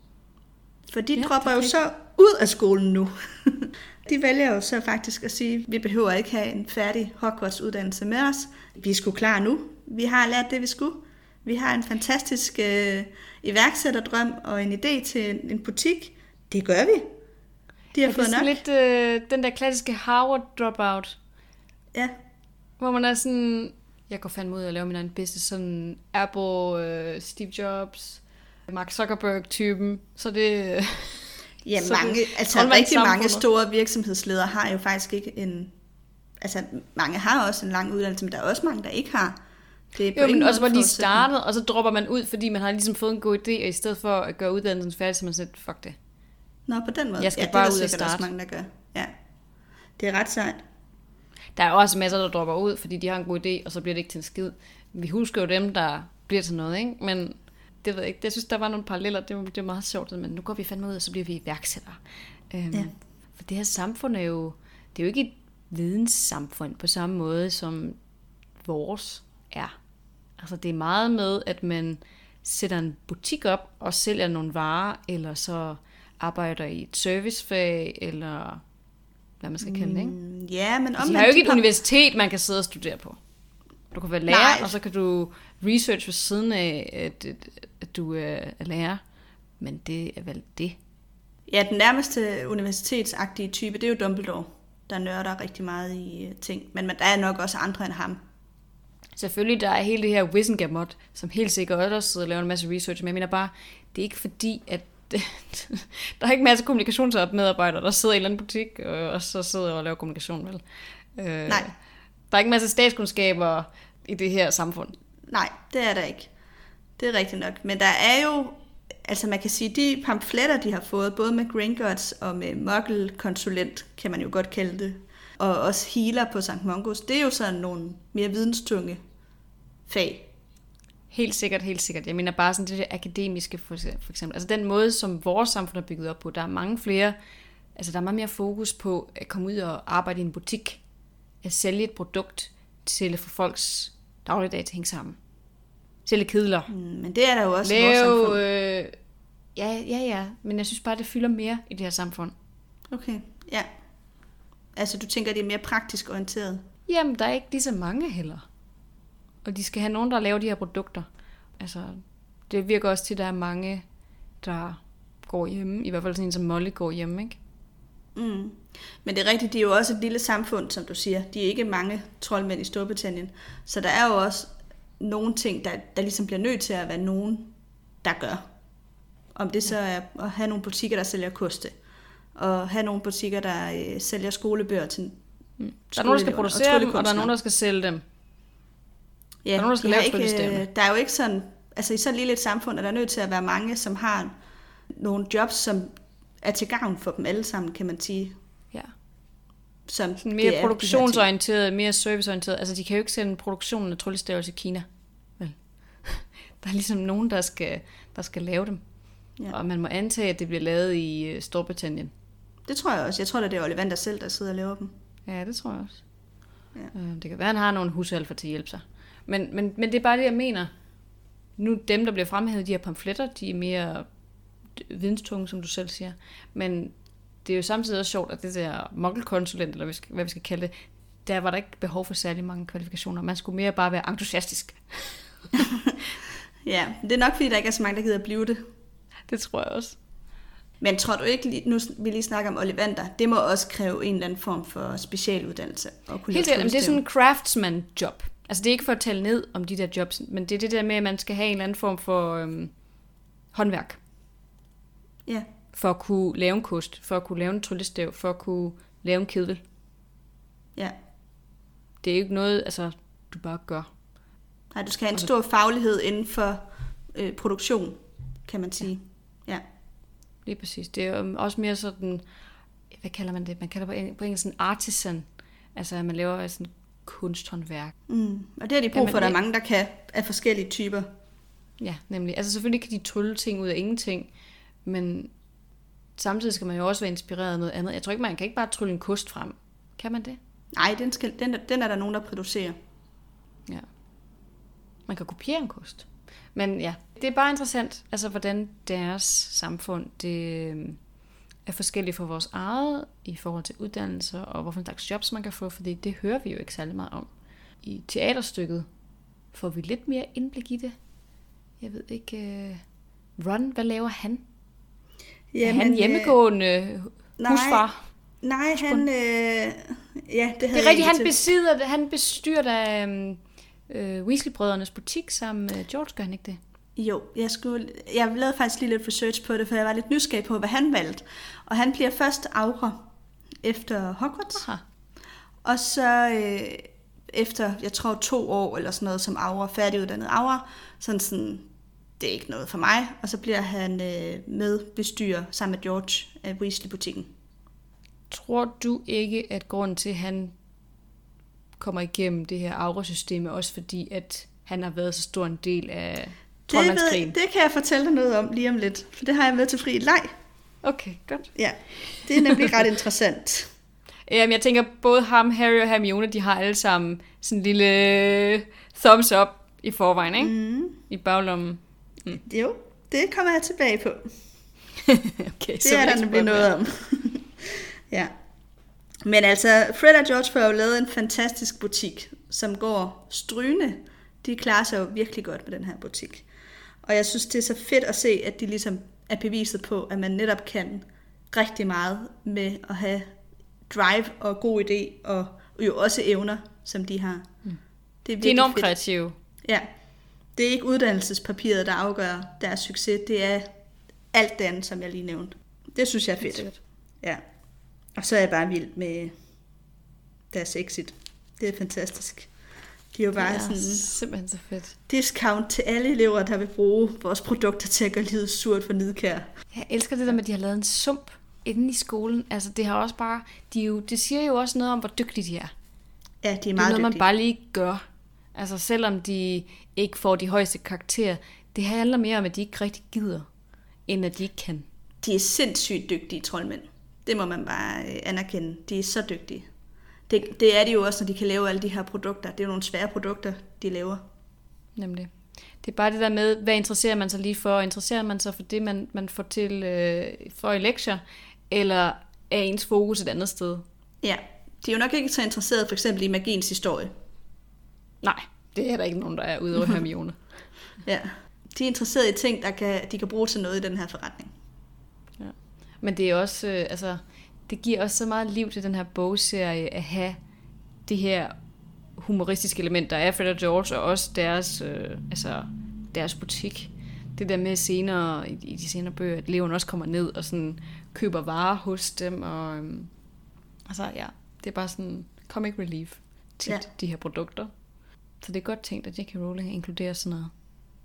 For de dropper jo så ud af skolen nu. De vælger jo så faktisk at sige, vi behøver ikke have en færdig Hogwarts-uddannelse med os. Vi er sgu klar nu. Vi har lært det, vi skulle. Vi har en fantastisk iværksætterdrøm og en idé til en butik. Det gør vi. De har fået nok. Det er lidt den der klassiske Harvard dropout. Ja. Hvor man er sådan, jeg går fandme ud og laver min egen business. Sådan Apple, Steve Jobs, Mark Zuckerberg-typen. Så det... Ja, rigtig mange store virksomhedsledere har jo faktisk ikke en... Altså, mange har også en lang uddannelse, men der er også mange, der ikke har. Det er men også hvor de startede, og så dropper man ud, fordi man har ligesom fået en god idé, og i stedet for at gøre uddannelsen færdig, så man siger, fuck det. Nå, på den måde. Jeg skal bare ud og starte. Det er også mange, der gør. Ja, det er ret sejt. Der er også masser, der dropper ud, fordi de har en god idé, og så bliver det ikke til en skid. Vi husker jo dem, der bliver til noget, ikke? Men det ved jeg ikke. Jeg synes, der var nogle paralleller. Det var meget sjovt, men nu går vi fandme ud, og så bliver vi iværksættere. For det her samfund er jo... Det er jo ikke et videnssamfund på samme måde, som vores er. Altså, det er meget med, at man sætter en butik op og sælger nogle varer, eller så arbejder i et servicefag, eller hvad man skal kalde det, ikke? Ja, men altså, de har jo ikke et universitet, man kan sidde og studere på. Du kan være lærer, og så kan du research ved siden af, at du er lærer. Men det er vel det. Ja, den nærmeste universitetsagtige type, det er jo Dumbledore, der nørder rigtig meget i ting. Men der er nok også andre end ham. Selvfølgelig, der er hele det her Wizengamot, som helt sikkert også sidder og laver en masse research. Men jeg mener bare, det er ikke fordi, at der er ikke en masse kommunikationsmedarbejdere, der sidder i en eller anden butik, og så sidder og laver kommunikation, vel? Nej. Der er ikke en masse statskundskaber i det her samfund. Nej, det er der ikke. Det er rigtigt nok. Men der er jo, altså man kan sige, de pamfletter, de har fået, både med Gringotts og med Muggle-konsulent, kan man jo godt kalde det, og også healer på St. Mungo's, det er jo sådan nogle mere videnstunge fag. Helt sikkert. Jeg mener bare sådan det akademiske, for eksempel. Altså den måde, som vores samfund er bygget op på, der er mange flere, altså der er meget mere fokus på at komme ud og arbejde i en butik, at sælge et produkt til at få folks dagligdag til at hænge sammen. Sælge kedler. Men det er der jo også i vores samfund. Ja, men jeg synes bare, det fylder mere i det her samfund. Okay, ja. Altså du tænker, det er mere praktisk orienteret? Jamen, der er ikke lige så mange heller. Og de skal have nogen, der laver de her produkter. Altså, det virker også til, at der er mange, der går hjemme. I hvert fald sådan en som Molly går hjemme, ikke? Mm. Men det er rigtigt, de er jo også et lille samfund, som du siger. De er ikke mange troldmænd i Storbritannien. Så der er jo også nogle ting, der ligesom bliver nødt til at være nogen, der gør. Om det så er at have nogle butikker, der sælger koste. Og have nogle butikker, der sælger skolebøger til der er nogen, der skal producere dem, og der er nogen, der skal sælge dem. Ja, der er nogen, der skal lave der er jo ikke sådan, altså i så lille et samfund, er der nødt til at være mange, som har nogle jobs, som er til gavn for dem alle sammen, kan man sige. Ja. Som sådan mere produktionsorienteret, mere serviceorienteret. Altså de kan jo ikke sende produktionen af tryllestavelse i Kina. Vel? Der er ligesom nogen, der skal lave dem. Ja. Og man må antage, at det bliver lavet i Storbritannien. Det tror jeg også. Jeg tror, at det er Ollivander selv, der sidder og laver dem. Ja, det tror jeg også. Ja. Det kan være, at han har nogle husalfer til at hjælpe sig. Men det er bare det, jeg mener. Nu dem, der bliver fremhævet, de her pamfletter, de er mere videnstunge, som du selv siger. Men det er jo samtidig også sjovt, at det der muggle-konsulent, eller hvad vi skal kalde det, der var der ikke behov for særlig mange kvalifikationer. Man skulle mere bare være entusiastisk. Ja, det er nok, fordi der ikke er så mange, der gider at blive det. Det tror jeg også. Men tror du ikke, nu vi lige snakker om Ollivander, det må også kræve en eller anden form for specialuddannelse. Helt sikkert, det er sådan en craftsman-job. Altså det er ikke for at tale ned om de der jobs, men det er det der med, at man skal have en eller anden form for håndværk. Ja. For at kunne lave en kost, for at kunne lave en tryllestav, for at kunne lave en kedel. Ja. Det er ikke noget, altså, du bare gør. Nej, du skal have en stor faglighed inden for produktion, kan man sige. Ja. Lige præcis. Det er også mere sådan, hvad kalder man det? Man kalder på engelsk sådan artisan. Altså, at man laver sådan kunsthåndværk. Og det har de brug for, der er mange, der kan af forskellige typer. Ja, nemlig. Altså, selvfølgelig kan de trylle ting ud af ingenting, men samtidig skal man jo også være inspireret af noget andet. Jeg tror ikke, man kan ikke bare trylle en kost frem. Kan man det? Nej, den er der nogen, der producerer. Ja. Man kan kopiere en kost. Men ja, det er bare interessant, altså hvordan deres samfund det er forskelligt fra vores eget i forhold til uddannelser, og hvorfor slags jobs man kan få, fordi det hører vi jo ikke særlig meget om. I teaterstykket får vi lidt mere indblik i det. Jeg ved ikke, Ron, hvad laver han? Jamen, er han hjemmegående husfar? Nej, han... ja, det er rigtigt, han bestyrer af Weasley-brødrenes butik sammen med George, gør han ikke det? Jo, jeg lavede faktisk lige lidt research på det, for jeg var lidt nysgerrig på, hvad han valgte. Og han bliver først Aura efter Hogwarts. Aha. Og så efter, jeg tror 2 år eller sådan noget, som Aura, færdiguddannet Aura, sådan, det er ikke noget for mig. Og så bliver han medbestyrer sammen med George af Weasley-butikken. Tror du ikke, at grunden til, at han kommer igennem det her Aura-system, er også fordi, at han har været så stor en del af troldmandskrigen? Det kan jeg fortælle dig noget om lige om lidt, for det har jeg med til fri leg. Okay, godt. Ja, det er nemlig ret interessant. Jamen, jeg tænker, både ham, Harry og Hermione, de har alle sammen sådan en lille thumbs up i forvejen, ikke? I baglommen. Jo, det kommer jeg tilbage på. Okay, det er der nemlig noget om. Ja. Men altså, Fred og George får jo lavet en fantastisk butik, som går strygende. De klarer sig jo virkelig godt med den her butik. Og jeg synes, det er så fedt at se, at de ligesom er beviset på, at man netop kan rigtig meget med at have drive og god idé, og jo også evner, som de har. Det er enormt kreative. Ja. Det er ikke uddannelsespapiret, der afgør deres succes. Det er alt det andet, som jeg lige nævnte. Det synes jeg er fedt. Ja. Og så er jeg bare vild med deres exit. Det er fantastisk. De er jo bare sådan simpelthen så fedt. Discount til alle elever, der vil bruge vores produkter til at gøre livet surt for nidkær. Jeg elsker det der med, at de har lavet en sump inde i skolen. Altså det har også bare, det siger jo også noget om, hvor dygtige de er. Ja, de er meget dygtige. Det er noget, man bare lige gør. Altså selvom de ikke får de højeste karakterer, det handler mere om, at de ikke rigtig gider, end at de ikke kan. De er sindssygt dygtige troldmænd. Det må man bare anerkende. De er så dygtige. Det er de jo også, når de kan lave alle de her produkter. Det er jo nogle svære produkter, de laver. Nemlig. Det er bare det der med, hvad interesserer man sig lige for? Interesserer man sig for det, man får til for i lektier? Eller er ens fokus et andet sted? Ja, de er jo nok ikke så interesserede for eksempel i magiens historie. Nej, det er der ikke nogen, der er ude over Hermione. Ja, de er interesserede i ting, de kan bruge til noget i den her forretning. Ja. Men det er også, det giver også så meget liv til den her bogserie at have det her humoristiske element, der er Fred og George, og også deres butik. Det der med senere, i de senere bøger, at eleverne også kommer ned og sådan køber varer hos dem, og det er bare sådan comic relief til de her produkter. Så det er godt tænkt, at J.K. Rowling inkluderer sådan noget.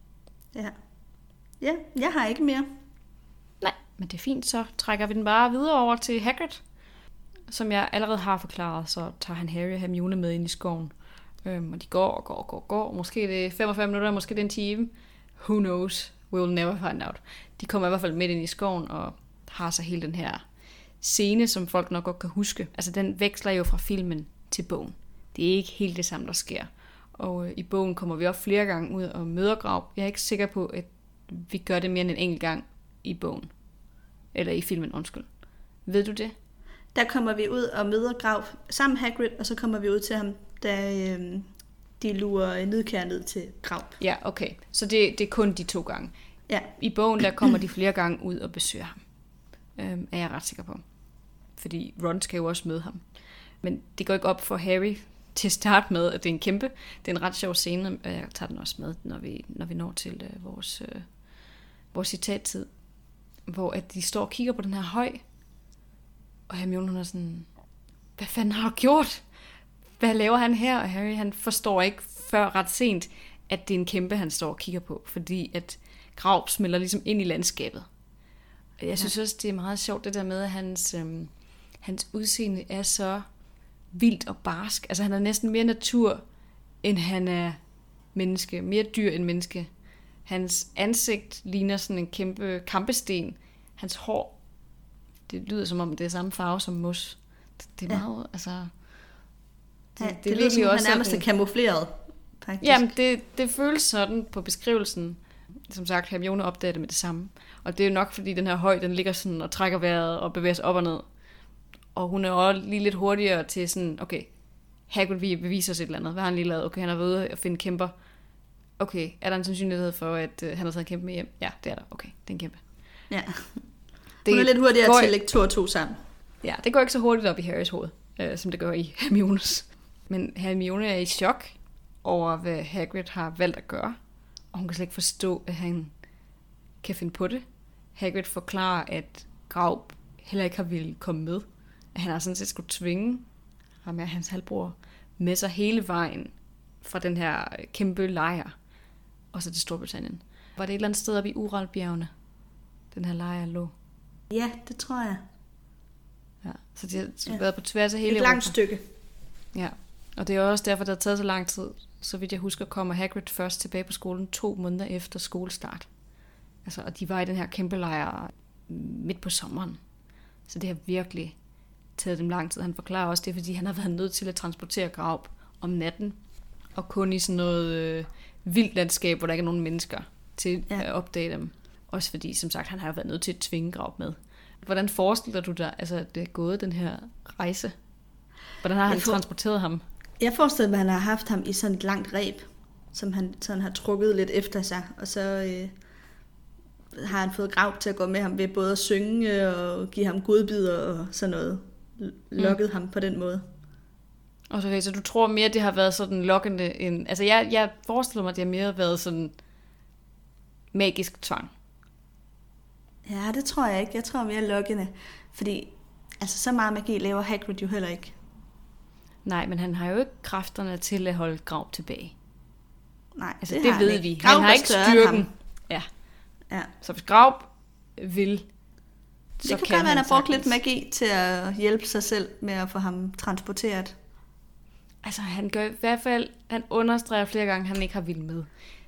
Ja, jeg har ikke mere. Nej, men det er fint, så trækker vi den bare videre over til Hagrid. Som jeg allerede har forklaret, så tager han Harry og Hermione med ind i skoven. Og de går. Måske det er 45 minutter, måske det er en time. Who knows? We will never find out. De kommer i hvert fald midt ind i skoven og har så hele den her scene, som folk nok godt kan huske. Altså den veksler jo fra filmen til bogen. Det er ikke helt det samme, der sker. Og i bogen kommer vi op flere gange ud og møder Grav. Jeg er ikke sikker på, at vi gør det mere end en enkelt gang i bogen. Eller i filmen, undskyld. Ved du det? Der kommer vi ud og møder Grav sammen med Hagrid, og så kommer vi ud til ham, da de lurer nidkær ned til Grav. Ja, okay. Så det er kun de 2 gange. Ja. I bogen, der kommer de flere gange ud og besøger ham. Er jeg ret sikker på. Fordi Ron skal jo også møde ham. Men det går ikke op for Harry til at starte med, at det er en kæmpe. Det er en ret sjov scene, og jeg tager den også med, når vi når til vores citattid, hvor at de står og kigger på den her høj, og Hermione, hun er sådan, hvad fanden har du gjort? Hvad laver han her? Og Harry, han forstår ikke før ret sent, at det er en kæmpe, han står og kigger på, fordi at Gravp smelter ligesom ind i landskabet. Og jeg synes også, det er meget sjovt, det der med, at hans udseende er så vildt og barsk. Altså han er næsten mere natur, end han er menneske. Mere dyr end menneske. Hans ansigt ligner sådan en kæmpe kampesten. Hans hår, det lyder som om det er samme farve som mos. Det er meget, altså... Det lyder som, også han nærmest er kamufleret, faktisk. Jamen, det føles sådan på beskrivelsen. Som sagt, Hermione opdager det med det samme. Og det er jo nok, fordi den her høj, den ligger sådan og trækker vejret og bevæger sig op og ned. Og hun er også lige lidt hurtigere til sådan, okay, Hagrid vil bevise os et eller andet. Hvad har han lige lavet? Okay, han har været ude at finde kæmper. Okay, er der en sandsynlighed for, at han har taget en kæmpe med hjem? Ja, det er der. Okay, det er en kæmpe. Ja. Hun er lidt hurtigere til at lægge 2 og 2 sammen. Ja, det går ikke så hurtigt op i Harrys hoved, som det gør i Hermiones. Men Hermione er i chok over, hvad Hagrid har valgt at gøre. Og hun kan slet ikke forstå, at han kan finde på det. Hagrid forklarer, at Gravp heller ikke har ville komme med. At han har sådan set skulle tvinge ham og hans halvbror med sig hele vejen fra den her kæmpe lejr og så til Storbritannien. Var det et eller andet sted oppe i Uralbjergene, den her lejr lå? Ja, det tror jeg. Ja, så de har været på tværs af hele Europa. Et langt stykke. Ja, og det er også derfor, det har taget så lang tid. Så vidt jeg husker, kommer Hagrid først tilbage på skolen 2 måneder efter skolestart. Altså, og de var i den her kæmpe lejr midt på sommeren. Så det har virkelig taget dem lang tid. Han forklarer også det, fordi han har været nødt til at transportere Gravp om natten, og kun i sådan noget vildt landskab, hvor der ikke er nogen mennesker til at opdage dem. Også fordi, som sagt, han har været nødt til at tvinge Gravp med. Hvordan forestiller du dig, altså, det er gået, den her rejse? Hvordan har han transporteret ham? Jeg forestiller mig, at han har haft ham i sådan et langt reb, som han sådan har trukket lidt efter sig, og så har han fået Gravp til at gå med ham ved både at synge og give ham godbidder og sådan noget. Lokket ham på den måde. Og så du tror mere, det har været sådan lokkende end... Altså jeg forestiller mig, at det har mere været sådan magisk tvang. Ja, det tror jeg ikke. Jeg tror mere lokkende. Fordi altså, så meget magi laver Hagrid jo heller ikke. Nej, men han har jo ikke kræfterne til at holde Gravp tilbage. Nej, altså, det ved vi. Gravp han har ikke styrken. Ja. Så hvis Gravp vil, så det kan godt være, han har brugt lidt magi til at hjælpe sig selv med at få ham transporteret. Altså, han gør i hvert fald, han understreger flere gange, at han ikke har vildt med.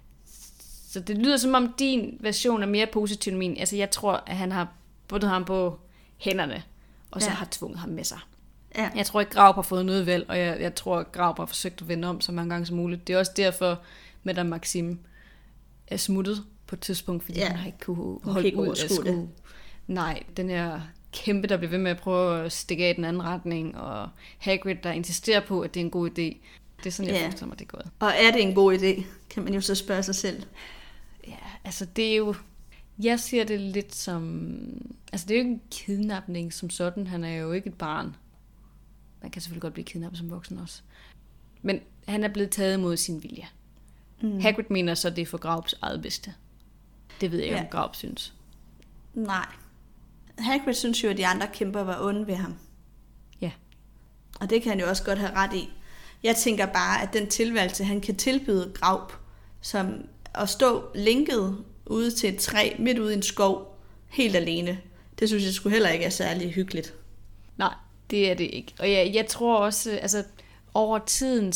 Så det lyder som om din version er mere positiv end min. Altså, jeg tror, at han har bundet ham på hænderne, og så har tvunget ham med sig. Ja. Jeg tror ikke, Gravp har fået noget valg, og jeg tror, at Gravp har forsøgt at vende om så mange gange som muligt. Det er også derfor, Madame Maxime er smuttet på et tidspunkt, fordi han har ikke kunne holde ud af skue. Nej, den her kæmpe, der bliver ved med at prøve at stikke af den anden retning, og Hagrid, der insisterer på, at det er en god idé. Det er sådan, jeg forestiller mig, det er gået. Og er det en god idé, kan man jo så spørge sig selv. Ja, altså det er jo... Jeg ser det lidt som... Altså det er jo ikke en kidnapning som sådan. Han er jo ikke et barn. Man kan selvfølgelig godt blive kidnappet som voksen også. Men han er blevet taget imod sin vilje. Hagrid mener så, det er for Gravps eget bedste. Det ved jeg ikke, om Gravp synes. Nej. Hagrid synes jo, at de andre kæmper var onde ved ham. Ja. Og det kan han jo også godt have ret i. Jeg tænker bare, at den tilværelse, han kan tilbyde Gravp, som at stå lænket ude til et træ, midt ude i en skov, helt alene, det synes jeg sgu heller ikke er særlig hyggeligt. Nej, det er det ikke. Og jeg tror også, altså over tiden,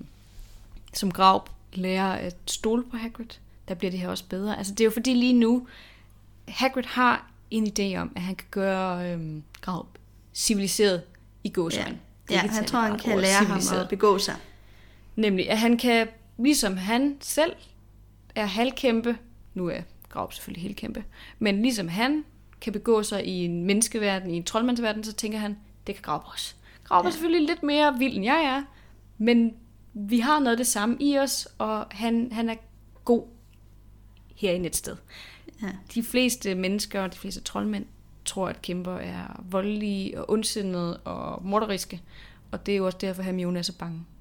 som Gravp lærer at stole på Hagrid, der bliver det her også bedre. Altså det er jo fordi lige nu, Hagrid har en idé om, at han kan gøre Gravp civiliseret i gåseøjne. Ja, han tror, han kan lære ham at begå sig. Nemlig, at han kan, ligesom han selv er halvkæmpe, nu er Gravp selvfølgelig helt kæmpe, men ligesom han kan begå sig i en menneskeverden, i en troldmandsverden, så tænker han, det kan Gravp også. Gravp er selvfølgelig lidt mere vild, end jeg er, men vi har noget af det samme i os, og han er god herinde et sted. Ja. De fleste mennesker og de fleste troldmænd tror, at kæmper er voldelige og ondsindede og morderiske, og det er jo også derfor, Hermione er så bange.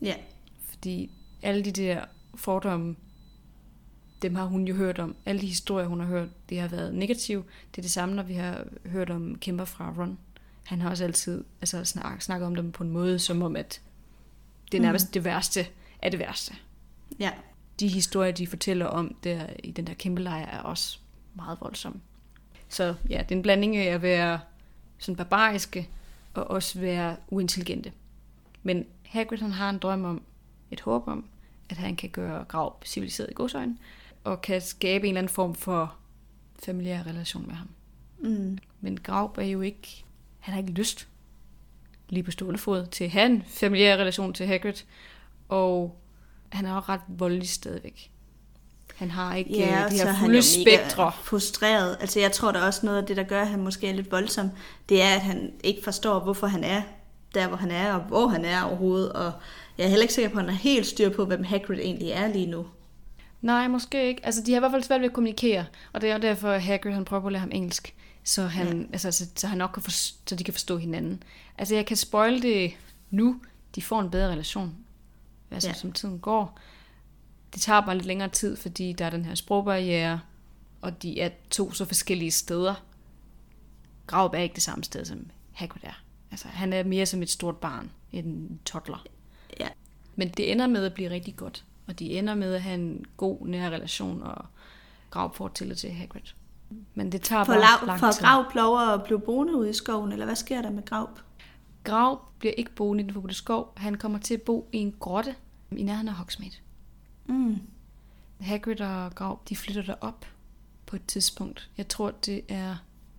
Ja. Fordi alle de der fordomme, dem har hun jo hørt om. Alle de historier, hun har hørt, det har været negative. Det er det samme, når vi har hørt om kæmper fra Ron. Han har også altid snakket om dem på en måde, som om, at det er nærmest det værste af det værste. Ja. De historier, de fortæller om der i den der kæmpe lejr, er også meget voldsomme. Så ja, det er en blanding af at være sådan barbariske, og også være uintelligente. Men Hagrid, han har en drøm om, et håb om, at han kan gøre Graup civiliseret i godsøjne, og kan skabe en eller anden form for familiær relation med ham. Mm. Men Graup er jo ikke, han har ikke lyst lige på stående fod til at have en familiær relation til Hagrid, og han er også ret voldelig stadigvæk. Han har ikke de her fulde spektre. Frustreret. Altså jeg tror, der er også noget af det, der gør, at han måske er lidt voldsom. Det er, at han ikke forstår, hvorfor han er der, hvor han er, og hvor han er overhovedet. Og jeg er heller ikke sikker på, at han er helt styr på, hvem Hagrid egentlig er lige nu. Nej, måske ikke. Altså de har i hvert fald svært ved at kommunikere, og det er jo derfor, at Hagrid han prøver at lære ham engelsk, så han nok kan så de kan forstå hinanden. Altså jeg kan spoile det nu. De får en bedre relation, som tiden går. Det tager bare lidt længere tid, fordi der er den her sprogbarriere, og de er 2 så forskellige steder. Graup er ikke det samme sted, som Hagrid er. Altså, han er mere som et stort barn, en toddler. Ja. Men det ender med at blive rigtig godt, og de ender med at have en god nær relation, og Graup får tillid til Hagrid. Men det tager bare lang tid. For Graup lover at blive boende ude i skoven, eller hvad sker der med Graup? Graup bliver ikke boende i den forbudte skov. Han kommer til at bo i en grotte i nærheden af Hogsmeade. Mm. Hagrid og Graup, de flytter derop på et tidspunkt. Jeg tror, det er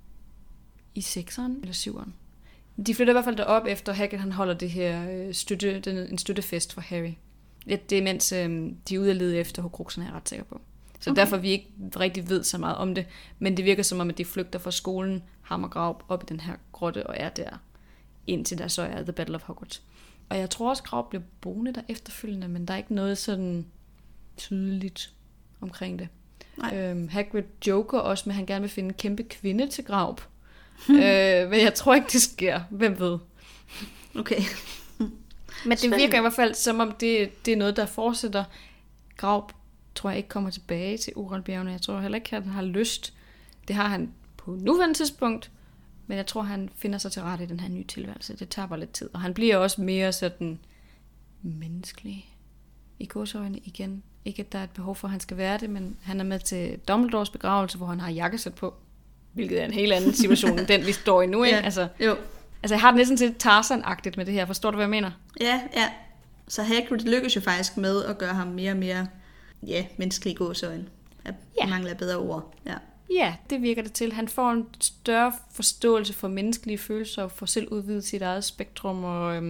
i 6'eren eller 7'eren. De flytter i hvert fald derop, efter Hagrid han holder det her en støttefest for Harry. Det er mens de er ude at lede efter Horcruxerne, er jeg ret sikker på. Så derfor vi ikke rigtig ved så meget om det. Men det virker som om, at de flygter fra skolen, ham og Graup, op i den her grotte og er der, indtil der så er The Battle of Hogwarts. Og jeg tror også, Graup bliver boende der efterfølgende, men der er ikke noget sådan tydeligt omkring det. Hagrid joker også med, at han gerne vil finde en kæmpe kvinde til Graup. Men jeg tror ikke, det sker. Hvem ved? Okay. Men det virker i hvert fald, som om det er noget, der fortsætter. Graup tror jeg ikke kommer tilbage til Uralbjergene. Jeg tror heller ikke, at han har lyst. Det har han på nuværende tidspunkt. Men jeg tror, han finder sig til rette i den her nye tilværelse. Det tager bare lidt tid. Og han bliver også mere sådan menneskelig i godsøjne igen. Ikke, at der er et behov for, at han skal være det, men han er med til Dumbledores begravelse, hvor han har jakkesæt på. Hvilket er en helt anden situation, end den vi står i nu, ikke? Ja, altså jo. Altså, jeg har det næsten til Tarzan-agtigt med det her. Forstår du, hvad jeg mener? Ja. Så Hagrid lykkes jo faktisk med at gøre ham mere og mere menneskelig i gåseøjne. Jeg mangler bedre ord. Ja, det virker det til. Han får en større forståelse for menneskelige følelser, og får selv udvidet sit eget spektrum,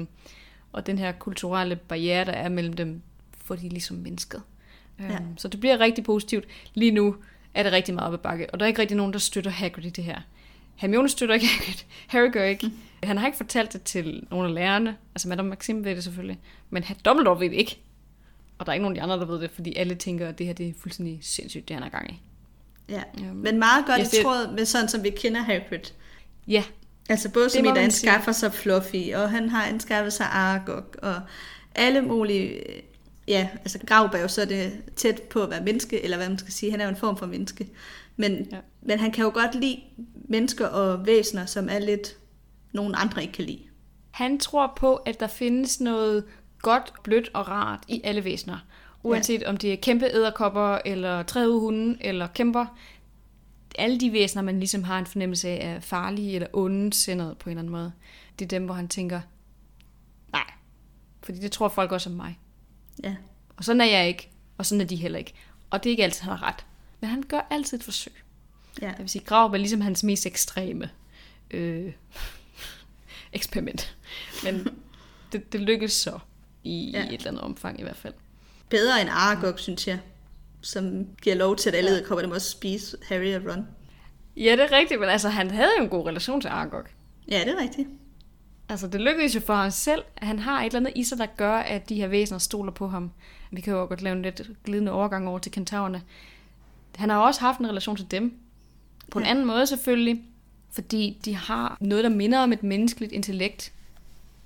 og den her kulturelle barriere, der er mellem dem, for de er ligesom mennesket. Så det bliver rigtig positivt. Lige nu er det rigtig meget op ad bakke, og der er ikke rigtig nogen, der støtter Hagrid i det her. Hermione støtter ikke Hagrid. Harry gør ikke. Han har ikke fortalt det til nogle af lærerne. Altså Madame Maxime ved det selvfølgelig. Men Dumbledore ved det ikke. Og der er ikke nogen af de andre, der ved det, fordi alle tænker, at det her det er fuldstændig sindssygt, det han er gang i. Ja, men meget godt i tråd med sådan, som vi kender Hagrid. Ja. Altså både som han skaffer sig Fluffy, og han har anskaffet sig Aragog, og alle mulige... Ja, altså Graup er jo så det tæt på at være menneske, eller hvad man skal sige. Han er jo en form for menneske. Men han kan jo godt lide mennesker og væsener, som er lidt nogen andre ikke kan lide. Han tror på, at der findes noget godt, blødt og rart i alle væsener. Uanset om det er kæmpe edderkopper, eller trædehunde, eller kæmper. Alle de væsener, man ligesom har en fornemmelse af, er farlige eller ondsindede på en eller anden måde. Det er dem, hvor han tænker, nej. Fordi det tror folk også om mig. Ja. Og sådan er jeg ikke, og sådan er de heller ikke. Og det er ikke altid, han har ret. Men han gør altid et forsøg. Ja. Jeg vil sige, Graup er ligesom hans mest ekstreme eksperiment. Men det lykkes så i et eller andet omfang i hvert fald. Bedre end Aragog, synes jeg. Som giver lov til, at alle edderkopper dem også spise Harry og Ron. Ja, det er rigtigt, men altså, han havde jo en god relation til Aragog. Ja, det er rigtigt. Altså, det lykkedes jo for ham selv. Han har et eller andet i sig, der gør, at de her væsener stoler på ham. Vi kan jo godt lave en lidt glidende overgang over til kentaurerne. Han har også haft en relation til dem. På en anden måde selvfølgelig. Fordi de har noget, der minder om et menneskeligt intellekt.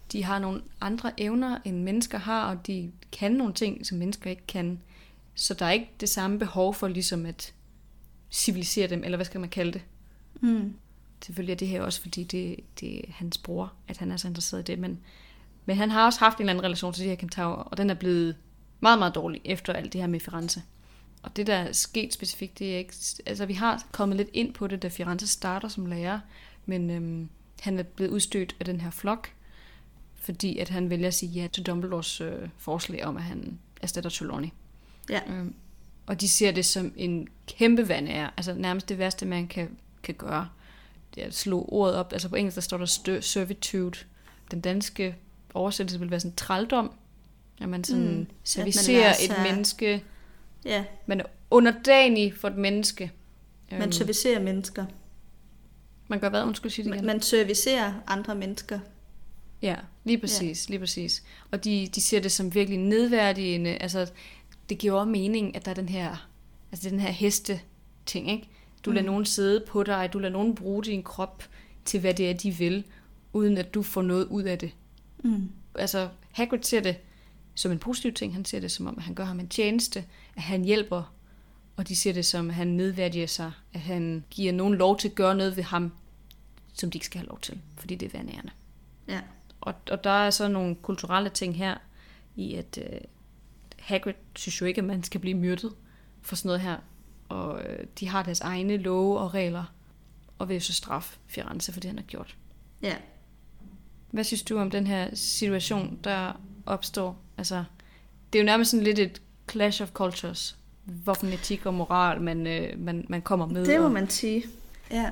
de har nogle andre evner, end mennesker har, og de kan nogle ting, som mennesker ikke kan. Så der er ikke det samme behov for ligesom at civilisere dem, eller hvad skal man kalde det? Selvfølgelig er det her også, fordi det er hans bror, at han er så interesseret i det, men han har også haft en eller anden relation til de her kentaurer, og den er blevet meget, meget dårlig efter alt det her med Firenze. Og det, der er sket specifikt, det er ikke... Altså, vi har kommet lidt ind på det, da Firenze starter som lærer, men han er blevet udstødt af den her flok, fordi at han vælger at sige ja til Dumbledores forslag om, at han erstatter Trelawney. Ja. Og de ser det som en kæmpe vandære, altså nærmest det værste, man kan gøre. Det er at slå ordet op, altså på engelsk, der står der servitude. Den danske oversættelse vil være sådan trældom, at man sådan servicerer et menneske. Ja. Man er underdanig for et menneske. Man servicerer mennesker. Man gør hvad? Undskyld, sige det igen. Man servicerer andre mennesker. Ja, lige præcis, lige præcis. Og de ser det som virkelig nedværdigende. Altså, det giver også mening, at der er den her heste-ting, ikke? Du lader nogen sidde på dig, du lader nogen bruge din krop til, hvad det er, de vil, uden at du får noget ud af det. Altså, Hagrid ser det som en positiv ting. Han ser det som om, at han gør ham en tjeneste, at han hjælper, og de ser det som, at han nedværdiger sig, at han giver nogen lov til at gøre noget ved ham, som de ikke skal have lov til, fordi det er vandærende. Ja. Og der er så nogle kulturelle ting her, i at Hagrid synes jo ikke, at man skal blive myrdet for sådan noget her, og de har deres egne love og regler, og vil så straffe Firenze for det, han har gjort. Ja. Hvad synes du om den her situation, der opstår? Altså, det er jo nærmest sådan lidt et clash of cultures, hvorfor etik og moral man kommer med. Det må man sige, ja.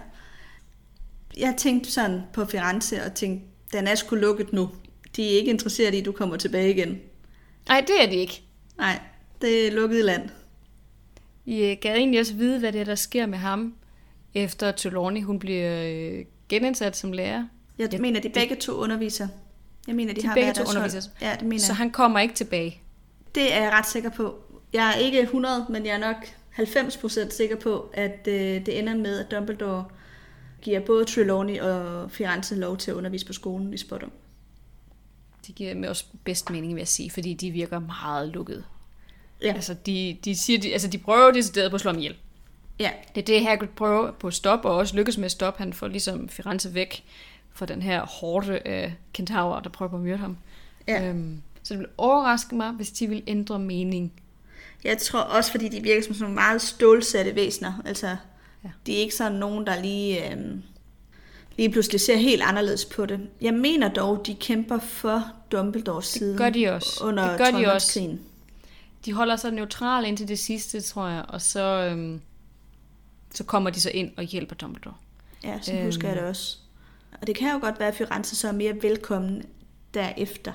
Jeg tænkte sådan på Firenze og tænkte, den er sgu lukket nu. De er ikke interesseret i, at du kommer tilbage igen. Nej, det er de ikke. Nej, det er lukket i land. I gad egentlig også vide, hvad det er, der sker med ham, efter Trelawney, hun bliver genindsat som lærer. Jeg mener, de begge to underviser. Jeg mener, de har begge været to deres underviser. Ja, det mener så han kommer ikke tilbage. Det er jeg ret sikker på. Jeg er ikke 100, men jeg er nok 90% sikker på, at det ender med, at Dumbledore giver både Trelawney og Firenze lov til at undervise på skolen i Spottum. Det giver mig også bedst mening, vil jeg sige, fordi de virker meget lukkede. Ja. Altså, de prøver decideret på at slå ham ihjel. Ja. Det er det, Hagrid prøver på at stoppe, og også lykkes med at stoppe. Han får ligesom Firenze væk fra den her horde af kentaurer, der prøver på at myrde ham. Ja. Så det vil overraske mig, hvis de vil ændre mening. Jeg tror også, fordi de virker som sådan nogle meget stålsatte væsener. Altså, de er ikke sådan nogen, der lige pludselig ser helt anderledes på det. Jeg mener dog, de kæmper for Dumbledores side. Det gør de også. Under Troldmandskrigen. De holder sig neutrale indtil det sidste, tror jeg, og så kommer de så ind og hjælper Dumbledore. Ja, så husker jeg det også. Og det kan jo godt være, at Firenze så er mere velkommen derefter.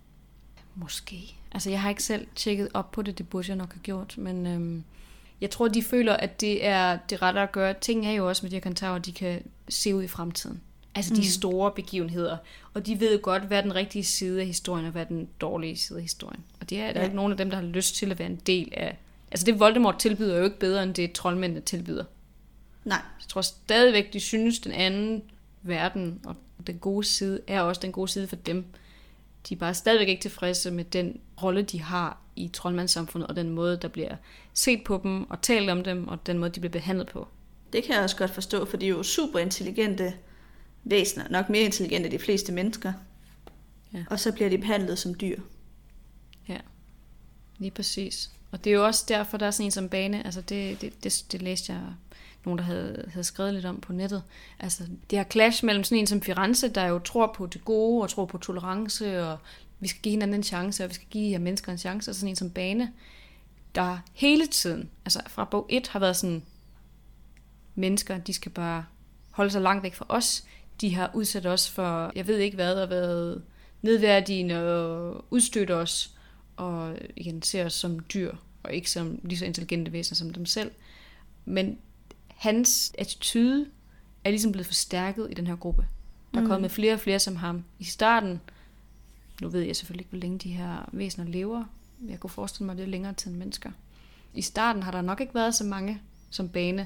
Måske. Altså, jeg har ikke selv tjekket op på det, det burde jeg nok have gjort, men jeg tror, de føler, at det er det rette at gøre. Ting er jo også med de her kentaurer, de kan se ud i fremtiden. Altså de store begivenheder. Og de ved jo godt, hvad er den rigtige side af historien, og hvad er den dårlige side af historien. Og det er der ikke nogen af dem, der har lyst til at være en del af. Altså det Voldemort tilbyder er jo ikke bedre, end det troldmændene tilbyder. Nej. Jeg tror stadigvæk, de synes, den anden verden og den gode side er også den gode side for dem. De er bare stadigvæk ikke tilfredse med den rolle, de har i troldmandssamfundet, og den måde, der bliver set på dem og talt om dem, og den måde, de bliver behandlet på. Det kan jeg også godt forstå, for de er jo super intelligente væsener, nok mere intelligente end de fleste mennesker. Ja. Og så bliver de behandlet som dyr. Ja, lige præcis. Og det er jo også derfor, der er sådan en som Bane, altså det læste jeg nogen, der havde skrevet lidt om på nettet. Altså det her clash mellem sådan en som Firenze, der jo tror på det gode, og tror på tolerance, og vi skal give hinanden en chance, og vi skal give de her mennesker en chance, og sådan en som Bane, der hele tiden, altså fra bog 1 har været sådan, mennesker, de skal bare holde sig langt væk fra os. De har udsat os for, jeg ved ikke hvad, og været nedværdigende og udstødt os, og igen ser os som dyr, og ikke som lige så intelligente væsener som dem selv. Men hans attitude er ligesom blevet forstærket i den her gruppe. Der er kommet flere og flere som ham. I starten, nu ved jeg selvfølgelig ikke, hvor længe de her væsener lever. Jeg kunne forestille mig, det er længere tid end mennesker. I starten har der nok ikke været så mange som Bane,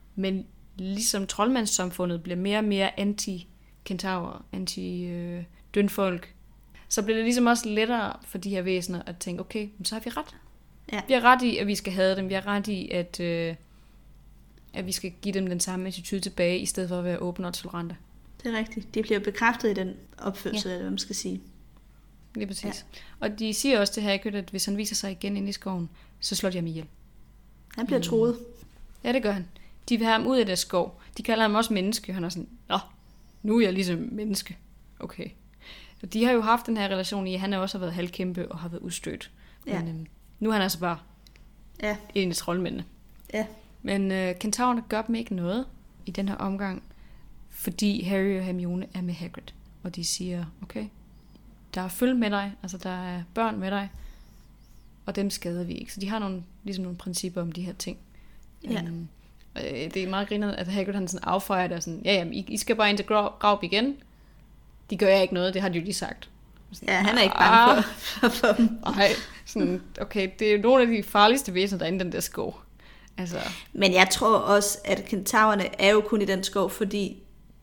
men ligesom troldmandssamfundet bliver mere og mere anti-kentaurer, dønfolk, så bliver det ligesom også lettere for de her væsener at tænke, okay, så har vi ret. Ja. Vi har ret i, at vi skal have dem. Vi har ret i, at vi skal give dem den samme attitude tilbage, i stedet for at være åbne og tolerante. Det er rigtigt. De bliver bekræftet i den opførsel, eller hvad man skal sige. Lige præcis. Ja. Og de siger også til Hagrid, at hvis han viser sig igen inde i skoven, så slår de ham ihjel. Han bliver truet. Ja, det gør han. De vil have ham ud af deres skov. De kalder ham også menneske. Han er sådan, nu er jeg ligesom menneske. Okay. Og de har jo haft den her relation i, at han også har været halvkæmpe og har været udstødt. Ja. Men nu er han altså bare en af troldmændene. Ja. Men kentaurerne gør dem ikke noget i den her omgang, fordi Harry og Hermione er med Hagrid. Og de siger, okay, der er følge med dig, altså der er børn med dig, og dem skader vi ikke. Så de har nogle principper om de her ting. Ja. Det er meget grinerende, at Hagrid han sådan affejer det og sådan, jamen, I skal bare ind til Graup igen. De gør ikke noget, det har de jo lige sagt. Sådan, ja, han er ikke bange for dem. Nej, sådan, okay, det er jo nogle af de farligste væsener, der er inde i den der skov. Altså. Men jeg tror også, at kentaurerne er jo kun i den skov, fordi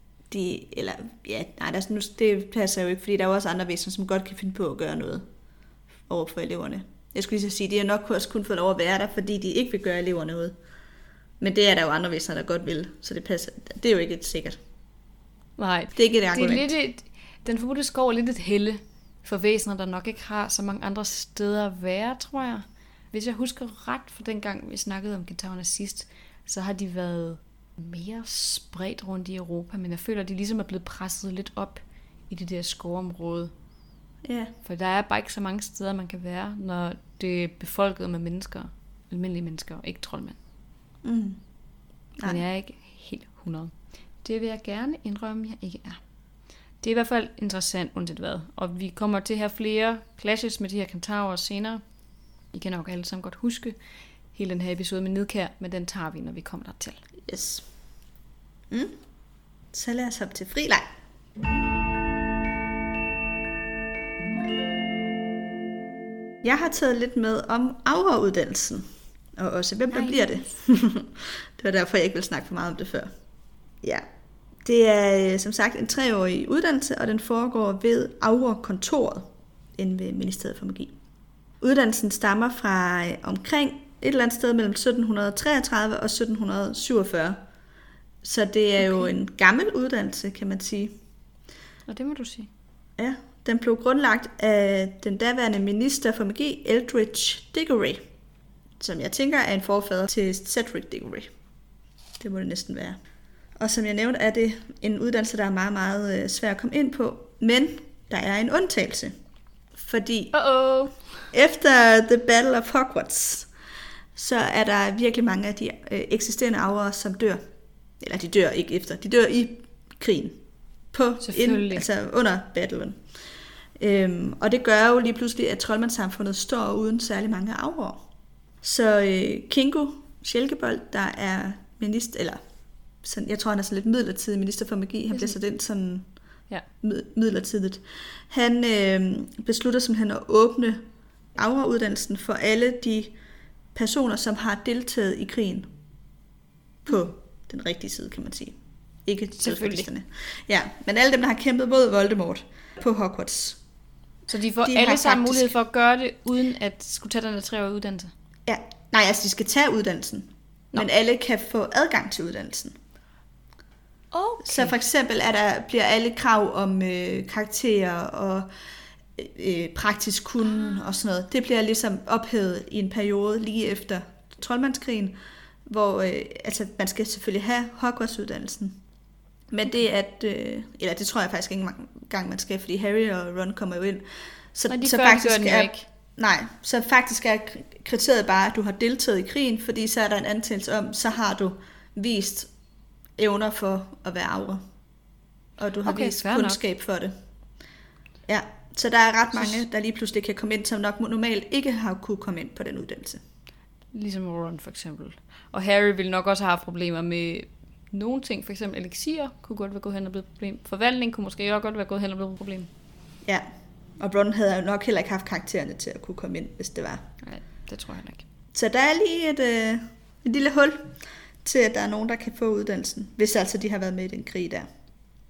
det passer jo ikke, fordi der er jo også andre væsener, som godt kan finde på at gøre noget over for eleverne. Jeg skulle lige så sige, de har nok også kun fået lov at være der, fordi de ikke vil gøre eleverne noget. Men det er der jo andre væsener, der godt vil, så det passer. Det er jo ikke et sikkert. Nej, det er ikke et argument. Den forbudte skov er lidt et helle for væsener, der nok ikke har så mange andre steder at være, tror jeg. Hvis jeg husker ret fra dengang, vi snakkede om kentaurerne sidst, så har de været mere spredt rundt i Europa, men jeg føler, at de ligesom er blevet presset lidt op i det der skovområde. Ja. For der er bare ikke så mange steder, man kan være, når det er befolket med mennesker, almindelige mennesker, og ikke troldmænd. Men jeg er ikke helt 100. Det vil jeg gerne indrømme, jeg ikke er. Det er i hvert fald interessant, uanset hvad. Og vi kommer til at have flere clashes med de her kentaurer senere. I kan nok alle sammen godt huske hele den her episode med Nidkær, men den tager vi, når vi kommer dertil. Yes. Så lad os hoppe til frileg. Jeg har taget lidt med om Aura-uddannelsen, og også hvem der bliver det. Det var derfor, jeg ikke vil snakke for meget om det før. Ja, det er som sagt en 3-årig uddannelse, og den foregår ved Aura-kontoret inde ved Ministeriet for Magi. Uddannelsen stammer fra omkring et eller andet sted mellem 1733 og 1747. Så det er jo en gammel uddannelse, kan man sige. Og det må du sige. Ja, den blev grundlagt af den daværende minister for magi, Eldridge Diggory, som jeg tænker er en forfader til Cedric Diggory. Det må det næsten være. Og som jeg nævnte, er det en uddannelse, der er meget, meget svær at komme ind på. Men der er en undtagelse. Fordi efter The Battle of Hogwarts, så er der virkelig mange af de eksisterende aurer, som dør. Eller de dør ikke efter, de dør i krigen. Altså under battlen. Og det gør jo lige pludselig, at troldmandssamfundet står uden særlig mange aurer. Så Kingo Kjelkebold, der er minister, eller sådan, jeg tror han er sådan lidt midlertidig minister for magi, han bliver så den sådan midlertidigt. Han beslutter simpelthen at åbne Aura-uddannelsen for alle de personer, som har deltaget i krigen på den rigtige side, kan man sige. Ikke tilfældigsterne. Ja, men alle dem, der har kæmpet mod Voldemort på Hogwarts. Så de får alle sammen mulighed for at gøre det, uden at skulle tage den der 3-årige uddannelse? Ja, nej, altså de skal tage uddannelsen. Men alle kan få adgang til uddannelsen. Okay. Så for eksempel bliver alle krav om karakterer og praktisk kunden og sådan noget, det bliver ligesom ophævet i en periode lige efter troldmandskrigen, hvor altså man skal selvfølgelig have Hogwarts-uddannelsen. Men det er eller det tror jeg faktisk ikke engang man skal, fordi Harry og Ron kommer jo ind. Så faktisk er kriteriet bare, at du har deltaget i krigen, fordi så er der en antagelse om, så har du vist evner for at være aura. Og du har vist kundskab for det. Ja, så der er ret mange, der lige pludselig kan komme ind, som nok normalt ikke har kunne komme ind på den uddannelse. Ligesom Ron for eksempel. Og Harry ville nok også have problemer med nogle ting, for eksempel elixier kunne godt være gået hen og blevet et problem. Forvandling kunne måske også godt være gået hen og blevet et problem. Ja, og Ron havde jo nok heller ikke haft karaktererne til at kunne komme ind, hvis det var. Nej, det tror jeg ikke. Så der er lige et lille hul til, at der er nogen, der kan få uddannelsen, hvis altså de har været med i den krig der.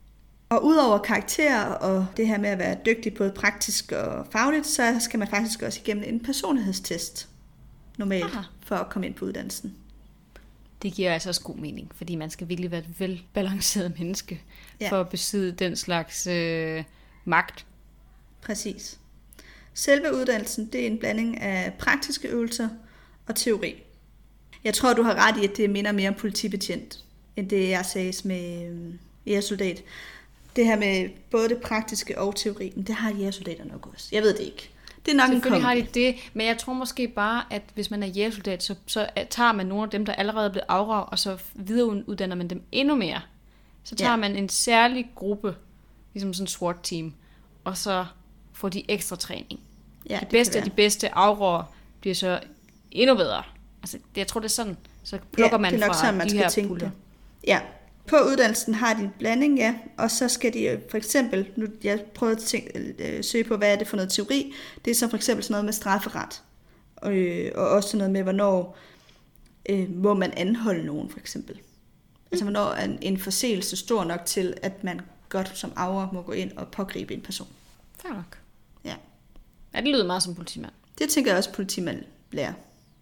Og udover karakterer og det her med at være dygtig både praktisk og fagligt, så skal man faktisk også igennem en personlighedstest normalt for at komme ind på uddannelsen. Det giver altså også god mening, fordi man skal virkelig være et velbalanceret menneske for at besidde den slags magt. Præcis. Selve uddannelsen, det er en blanding af praktiske øvelser og teori. Jeg tror, du har ret i, at det minder mere om politibetjent, end det jeg sagde med jægersoldat. Det her med både det praktiske og teorien, det har jægersoldater nok også. Jeg ved det ikke. Det er nok en kombi. Har de det, men jeg tror måske bare, at hvis man er jægersoldat, så tager man nogle af dem, der allerede er blevet afraget, og så videreuddanner man dem endnu mere. Så tager man en særlig gruppe, ligesom sådan en SWAT-team, og så får de ekstra træning. Ja, de bedste af de bedste afrager bliver så endnu bedre. Altså, jeg tror, det er sådan. Så plukker man fra sådan, man de skal her tænke puljer. Ja. På uddannelsen har de en blanding, og så skal de for eksempel, nu jeg prøver at søge på, hvad er det for noget teori, det er så for eksempel sådan noget med strafferet, og også sådan noget med, hvornår må man anholde nogen, for eksempel. Altså, hvornår er en forseelse stor nok til, at man godt som afrer må gå ind og pågribe en person. Fair nok. Ja. Ja, det lyder meget som politimand. Det tænker jeg også, politimand lærer.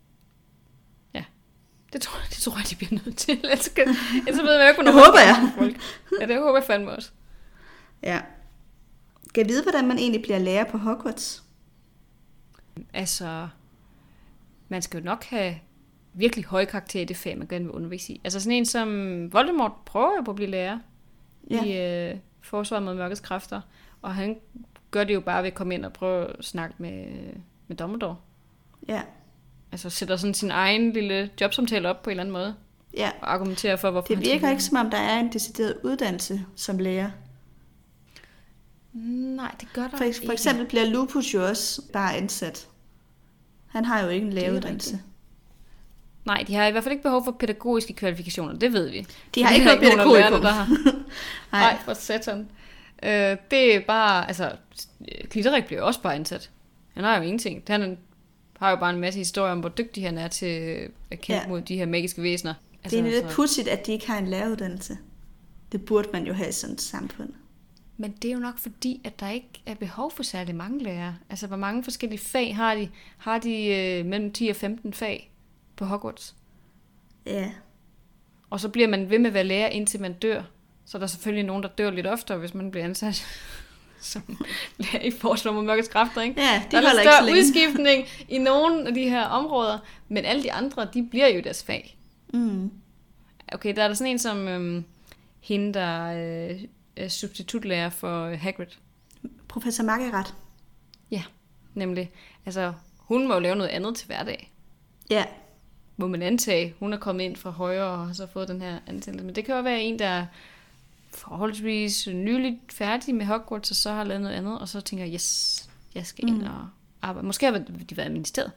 Det tror jeg, de bliver nødt til. Ellers ved jeg ikke, det håber jeg. Folk. Ja, det håber jeg fandme også. Ja. Kan jeg vide, hvordan man egentlig bliver lærer på Hogwarts? Altså, man skal jo nok have virkelig høje karakterer i det fag, man gerne vil undervise i. Altså sådan en som Voldemort prøver jo på at blive lærer i forsvaret mod mørkets kræfter. Og han gør det jo bare ved at komme ind og prøve at snakke med Dumbledore. Ja. Altså sætter sådan sin egen lille jobsamtale op på en eller anden måde. Ja. Og argumenterer for, hvorfor det virker ikke, som om der er en decideret uddannelse som lærer. Nej, det gør der ikke. For eksempel bliver Lupus jo også bare ansat. Han har jo ikke en læreruddannelse. Nej, de har i hvert fald ikke behov for pædagogiske kvalifikationer, det ved vi. De har ikke noget pædagogikum. Nej, for satan. Det er bare, altså, Glitterik bliver også bare ansat. Han har jo ingenting. Han har jo bare en masse historier om, hvor dygtig han er til at kæmpe mod de her magiske væsener. Altså, det er lidt pudsigt, at de ikke har en læreruddannelse. Det burde man jo have i sådan et samfund. Men det er jo nok fordi, at der ikke er behov for særlig mange lærere. Altså, hvor mange forskellige fag har de? Har de mellem 10 og 15 fag på Hogwarts? Ja. Og så bliver man ved med at være lærer, indtil man dør. Så er der selvfølgelig nogen, der dør lidt oftere, hvis man bliver ansat som lærer i forsvar mod mørkets kræfter, ikke? Ja, der er en større udskiftning i nogle af de her områder, men alle de andre, de bliver jo deres fag. Mm. Okay, der er der sådan en som hende, der er substitutlærer for Hagrid. Professor Margaret. Ja, nemlig. Altså, hun må jo lave noget andet til hverdag. Ja. Må man antage. Hun er kommet ind fra højre og har så fået den her ansættelse. Men det kan jo være en, der er forholdsvis nyligt færdig med Hogwarts, og så har lavet noget andet, og så tænker jeg, yes, jeg skal ind og arbejde. Måske har de været i ministeriet.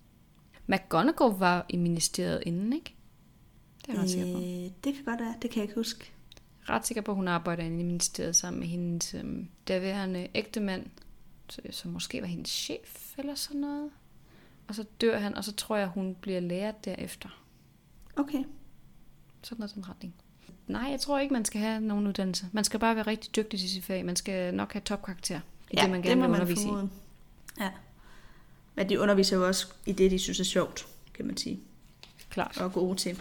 McGonagall var i ministeriet inden, ikke? Det er jeg ret sikker på. Det kan godt være, det kan jeg ikke huske. Ret sikker på, at hun arbejder inde i ministeriet sammen med hendes daværende ægtemand, som måske var hendes chef eller sådan noget. Og så dør han, og så tror jeg, hun bliver lærer derefter. Okay. Sådan noget den retning. Nej, jeg tror ikke, man skal have nogen uddannelse. Man skal bare være rigtig dygtig til sit fag. Man skal nok have topkarakter i det, man gerne vil undervise i. Ja. Men de underviser jo også i det, de synes er sjovt, kan man sige. Klart. Og gode til.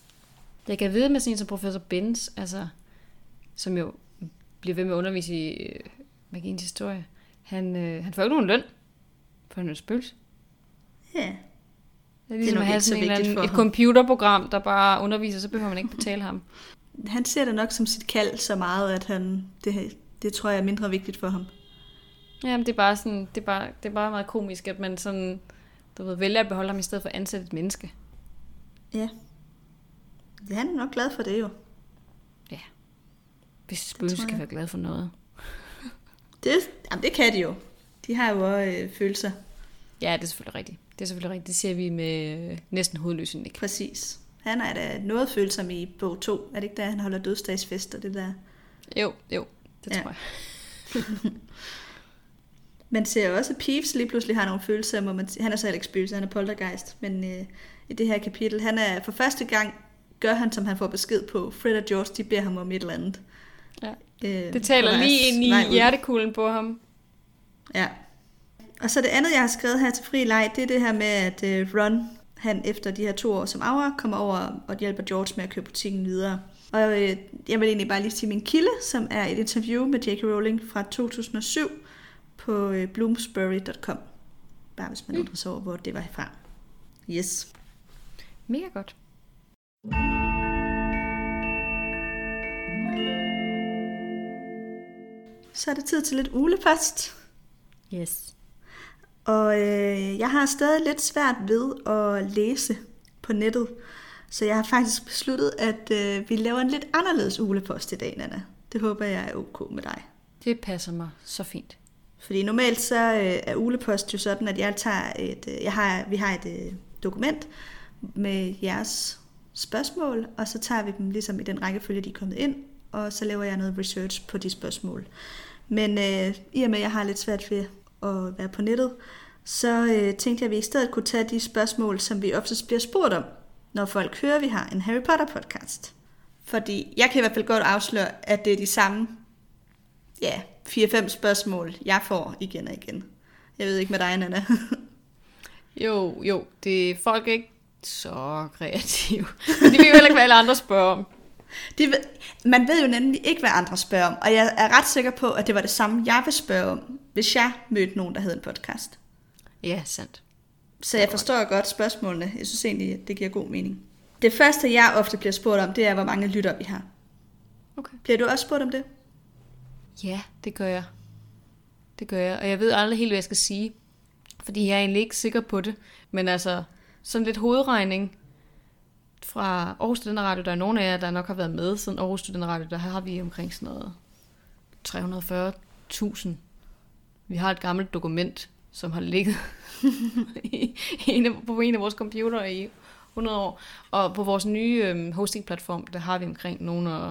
Jeg kan vide med sådan en som professor Binns, altså, som jo bliver ved med at undervise i magiens historie. Han får jo ikke nogen løn, for han er spøgelse. Ja. Det er ligesom at have sådan et computerprogram, der bare underviser, så behøver man ikke betale ham. Han ser det nok som sit kald så meget, at det tror jeg er mindre vigtigt for ham. Jamen, det er bare sådan, det er bare meget komisk, at man sådan, vælger at beholde ham i stedet for at ansætte et menneske. Ja. Han er nok glad for det jo. Ja. Hvis spøgelser skal være glad for noget. Det kan de jo. De har jo også følelser. Ja, det er selvfølgelig rigtigt. Det ser vi med næsten hovedløse Nick. Præcis. Han er da noget følsom i bog 2. Er det ikke der, han holder dødsdagsfest og det der? Jo, det tror jeg. Man ser også, at Peeves lige pludselig har nogle følelser, han er så heller ikke spøgelse, han er poltergeist, men i det her kapitel, han er for første gang, gør han, som han får besked på. Fred og George, de beder ham om et eller andet. Ja. Det taler lige ind i hjertekuglen på ham. Ja. Og så det andet, jeg har skrevet her til fri leg, det er det her med, at Ron, han efter de her 2 år som Aura, kommer over og hjælper George med at køre butikken videre. Og jeg vil egentlig bare lige sige min kilde, som er et interview med J.K. Rowling fra 2007 på bloomsbury.com. Bare hvis man undrer sig over, hvor det var herfra. Yes. Mega godt. Så er det tid til lidt ulepost. Yes. Og jeg har stadig lidt svært ved at læse på nettet. Så jeg har faktisk besluttet, at vi laver en lidt anderledes ulepost i dag, Nana. Det håber jeg er ok med dig. Det passer mig så fint. Fordi normalt så er ulepost jo sådan, at jeg tager vi har et dokument med jeres spørgsmål, og så tager vi dem ligesom i den rækkefølge, de er kommet ind, og så laver jeg noget research på de spørgsmål. Men i og med, at jeg har lidt svært ved at være på nettet, så tænkte jeg, at vi i stedet kunne tage de spørgsmål, som vi oftest bliver spurgt om, når folk hører, at vi har en Harry Potter podcast. Fordi jeg kan i hvert fald godt afsløre, at det er de samme 4-5 spørgsmål, jeg får igen og igen. Jeg ved ikke med dig, Nana. Jo, det folk er ikke så kreative. Men de vil jo heller ikke, hvad alle andre spørger om. Man ved jo nemlig ikke, hvad andre spørger om. Og jeg er ret sikker på, at det var det samme, jeg vil spørge om, hvis jeg mødte nogen, der havde en podcast. Ja, sandt. Så jeg forstår godt spørgsmålene. Jeg synes egentlig, det giver god mening. Det første, jeg ofte bliver spurgt om, det er, hvor mange lyttere vi har. Okay. Bliver du også spurgt om det? Ja, det gør jeg. Og jeg ved aldrig helt, hvad jeg skal sige. Fordi jeg er egentlig ikke sikker på det. Men altså, sådan lidt hovedregning fra Aarhus Studenterradio, der er nogen af jer, der nok har været med siden Aarhus Studenterradio, der har vi omkring sådan noget 340.000. Vi har et gammelt dokument, som har ligget på en af vores computer i 100 år. Og på vores nye hosting-platform, der har vi omkring nogle og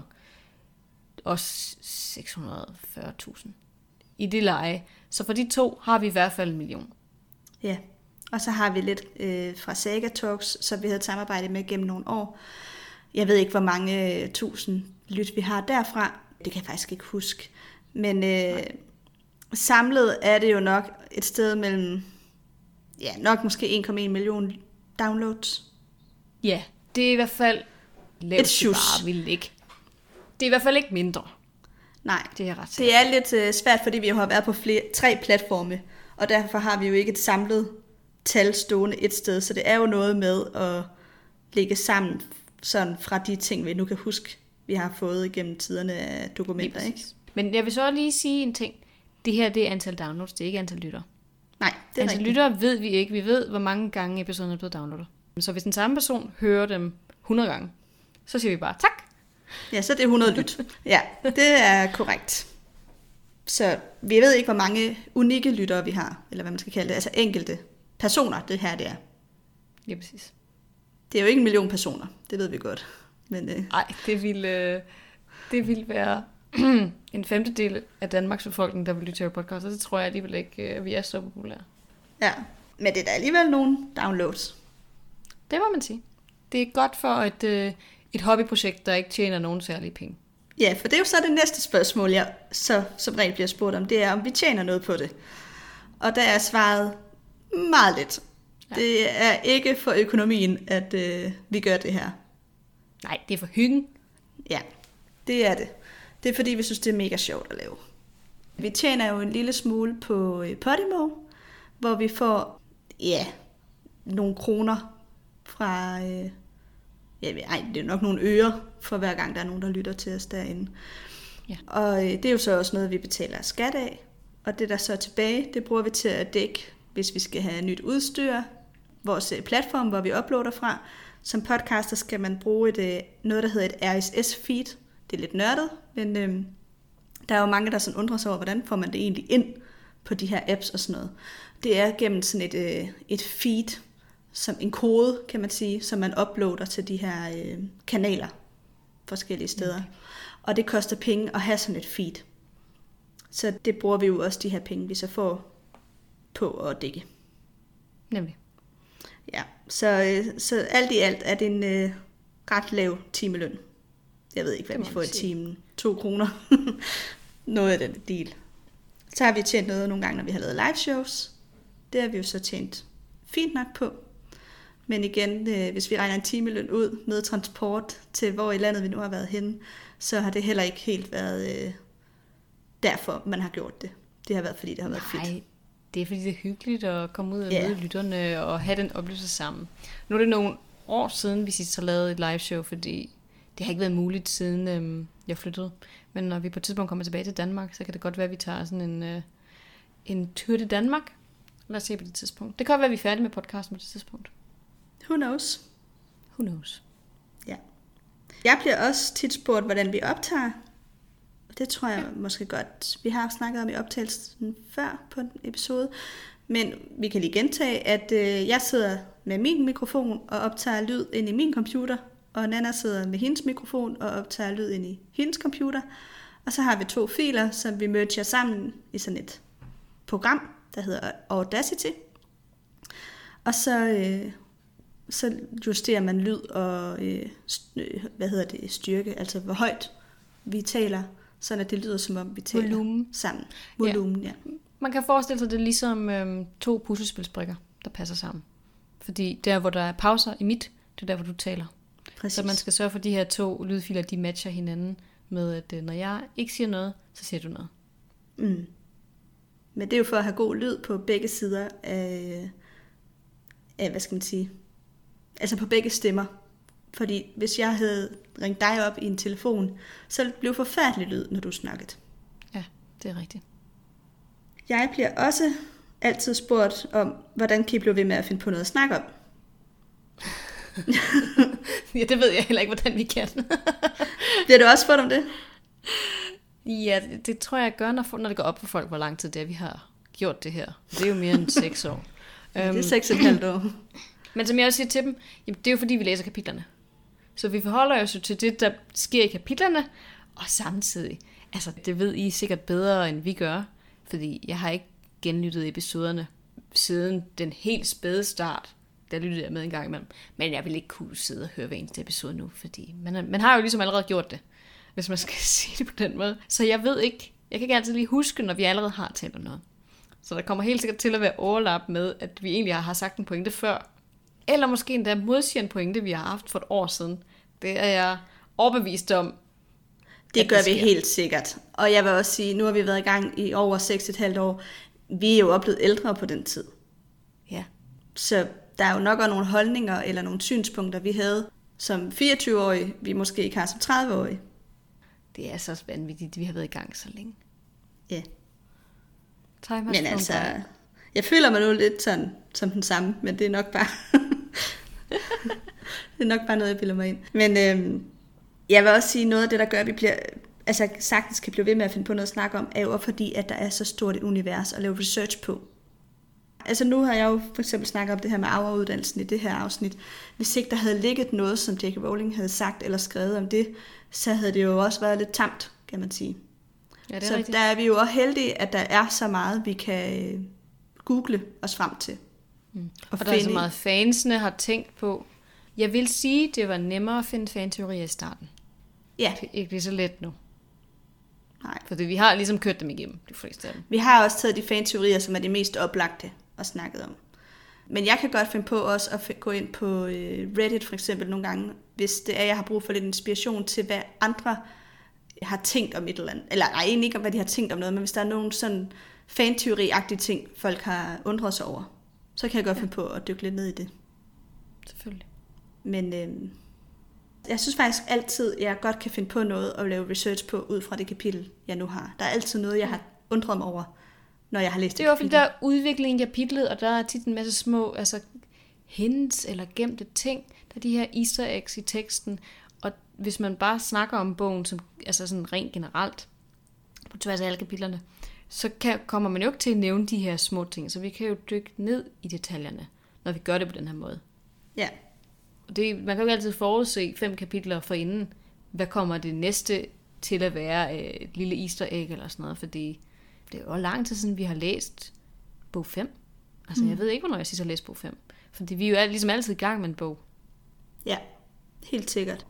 også 640.000 i det leje. Så for de 2 har vi i hvert fald 1 million. Ja, og så har vi lidt fra Saga Talks, som vi havde et samarbejde med gennem nogle år. Jeg ved ikke, hvor mange tusind lyt vi har derfra. Det kan jeg faktisk ikke huske. Men samlet er det jo nok et sted mellem, nok måske 1,1 million downloads. Ja, det er i hvert fald lavt, det bare vil ikke. Det er i hvert fald ikke mindre. Nej, det er ret sikkert. Det er lidt svært, fordi vi jo har været på 3 platforme, og derfor har vi jo ikke et samlet tal stående et sted, så det er jo noget med at lægge sammen sådan fra de ting, vi nu kan huske, vi har fået igennem tiderne af dokumenter. Ikke? Men jeg vil så lige sige en ting. Det her, det er antal downloads, det er ikke antal lyttere. Nej, det er antal lyttere ved vi ikke. Vi ved, hvor mange gange episoden er blevet downloadet. Så hvis den samme person hører dem 100 gange, så siger vi bare tak. Ja, så det er 100 lyt. Ja, det er korrekt. Så vi ved ikke, hvor mange unikke lyttere vi har, eller hvad man skal kalde det, altså enkelte personer, det her det er. Ja, præcis. Det er jo ikke 1 million personer, det ved vi godt. Nej, det vil være en 1/5 af Danmarks befolkning, der vil lytte til podcast, og det tror jeg alligevel ikke, vi er så populære. Ja, men det er da alligevel nogle downloads. Det må man sige. Det er godt for et hobbyprojekt, der ikke tjener nogen særlige penge. Ja, for det er jo så det næste spørgsmål, jeg så som regel bliver spurgt om, det er, om vi tjener noget på det. Og der er svaret meget lidt. Ja. Det er ikke for økonomien, at vi gør det her. Nej, det er for hyggen. Ja, det er det. Det er fordi, vi synes, det er mega sjovt at lave. Vi tjener jo en lille smule på Podimo, hvor vi får nogle kroner fra... det er nok nogle øre for hver gang, der er nogen, der lytter til os derinde. Ja. Og det er jo så også noget, vi betaler skat af. Og det, der så er tilbage, det bruger vi til at dække, hvis vi skal have nyt udstyr. Vores platform, hvor vi uploader fra. Som podcaster skal man bruge noget, der hedder et RSS-feed. Det er lidt nørdet, men der er jo mange, der sådan undrer sig over, hvordan får man det egentlig ind på de her apps og sådan noget. Det er gennem sådan et feed, som en kode, kan man sige, som man uploader til de her kanaler forskellige steder. Okay. Og det koster penge at have sådan et feed. Så det bruger vi jo også de her penge, vi så får på at dække. Nemlig. Ja, så alt i alt er det en ret lav timeløn. Jeg ved ikke, hvad vi får i timen. 2 kroner. Noget af den deal. Så har vi tjent noget nogle gange, når vi har lavet live shows. Det har vi jo så tjent fint nok på. Men igen, hvis vi regner en timeløn ud med transport til hvor i landet vi nu har været henne, så har det heller ikke helt været derfor, man har gjort det. Det har været, fordi det har været fedt. Nej, det er fordi det er hyggeligt at komme ud og møde lytterne og have den oplevelse sammen. Nu er det nogle år siden, vi sidst har lavet et live show, fordi det har ikke været muligt siden jeg flyttede. Men når vi på et tidspunkt kommer tilbage til Danmark, så kan det godt være, at vi tager sådan en tur til Danmark. Lad os se på det tidspunkt. Det kan godt være, at vi er færdige med podcasten på det tidspunkt. Who knows? Who knows? Ja. Jeg bliver også tit spurgt, hvordan vi optager. Det tror jeg måske godt. Vi har snakket om i optagelsen før på en episode. Men vi kan lige gentage, at jeg sidder med min mikrofon og optager lyd ind i min computer. Og Nana sidder med hendes mikrofon og optager lyd ind i hendes computer. Og så har vi 2 filer, som vi merger sammen i sådan et program, der hedder Audacity. Og så justerer man lyd og styrke, altså hvor højt vi taler, sådan at det lyder som om vi taler sammen. Volumen, ja. Man kan forestille sig, det er ligesom 2 puslespilsbrikker, der passer sammen. Fordi der, hvor der er pauser i det er der, hvor du taler. Præcis. Så man skal sørge for, at de her 2 lydfiler, de matcher hinanden med, at når jeg ikke siger noget, så siger du noget. Mm. Men det er jo for at have god lyd på begge sider af hvad skal man sige, altså på begge stemmer. Fordi hvis jeg havde ringt dig op i en telefon, så ville det blive forfærdelig lyd, når du snakkede. Ja, det er rigtigt. Jeg bliver også altid spurgt om, hvordan kan I blive ved med at finde på noget at snakke om? Ja, det ved jeg heller ikke, hvordan vi kan. Bliver du også spurgt om det? Ja, det tror jeg gør, når det går op for folk, hvor lang tid det er, vi har gjort det her. Det er jo mere end 6 år. Det er 6,5 år. Men som jeg også siger til dem, jamen, det er jo fordi, vi læser kapitlerne. Så vi forholder os jo til det, der sker i kapitlerne, og samtidig, altså det ved I sikkert bedre, end vi gør, fordi jeg har ikke genlyttet episoderne siden den helt spæde start. Der lyttede jeg med en gang imellem. Men jeg vil ikke kunne sidde og høre hver eneste episode nu, fordi man har jo ligesom allerede gjort det, hvis man skal sige det på den måde. Så jeg ved ikke, jeg kan ikke altid lige huske, når vi allerede har talt om noget. Så der kommer helt sikkert til at være overlap med, at vi egentlig har sagt en pointe før. Eller måske endda modsiger en pointe, vi har haft for et år siden. Det er jeg overbevist om. Det gør vi helt sikkert. Og jeg vil også sige, nu har vi været i gang i over 6,5 år. Vi er jo oplevet ældre på den tid. Ja. Så der er jo nok også nogle holdninger eller nogle synspunkter, vi havde som 24-årige, vi måske ikke har som 30-årige. Det er så vanvittigt, vi har været i gang så længe. Ja. Men altså, jeg føler mig nu lidt sådan som den samme, men det er nok bare det er nok bare noget, jeg bilder mig ind. Men jeg vil også sige, noget af det, der gør, at vi bliver, altså sagtens kan blive ved med at finde på noget at snakke om, er jo fordi, at der er så stort et univers at lave research på. Altså nu har jeg jo for eksempel snakket om det her med Aura-uddannelsen i det her afsnit. Hvis ikke der havde ligget noget, som J.K. Rowling havde sagt eller skrevet om det, så havde det jo også været lidt tamt, kan man sige. Ja, det er så rigtigt. Der er vi jo også heldige, at der er så meget, vi kan google os frem til. Og der er så meget fansene har tænkt på. Jeg vil sige, det var nemmere at finde fanteorier i starten. Ja. Det er ikke lige så let nu. Nej. Fordi vi har ligesom kørt dem igennem, de fleste af dem. Vi har også taget de fanteorier, som er de mest oplagte og snakket om. Men jeg kan godt finde på også at gå ind på Reddit for eksempel nogle gange, hvis det er, jeg har brug for lidt inspiration til, hvad andre har tænkt om et eller andet. Eller nej, egentlig ikke om, hvad de har tænkt om noget, men hvis der er nogle sådan fanteori-agtige ting, folk har undret sig over, så kan jeg godt finde på at dykke lidt ned i det. Selvfølgelig. Men jeg synes faktisk altid, jeg godt kan finde på noget at lave research på, ud fra det kapitel, jeg nu har. Der er altid noget, jeg har undret mig over, når jeg har læst det. Det er i hvert fald der udvikling i kapitlet, og der er tit en masse små hints eller gemte ting. Der er de her easter eggs i teksten, og hvis man bare snakker om bogen, som, altså sådan rent generelt, på tværs af alle kapitlerne, så kommer man jo ikke til at nævne de her små ting, så vi kan jo dykke ned i detaljerne, når vi gør det på den her måde. Ja. Man kan jo ikke altid forudse 5 kapitler forinden, hvad kommer det næste til at være et lille easter egg eller sådan noget, fordi det er jo lang tid siden, vi har læst bog 5. Altså, jeg ved ikke, hvornår jeg sidst har læst bog 5. Fordi vi er jo ligesom altid i gang med en bog. Ja, helt sikkert.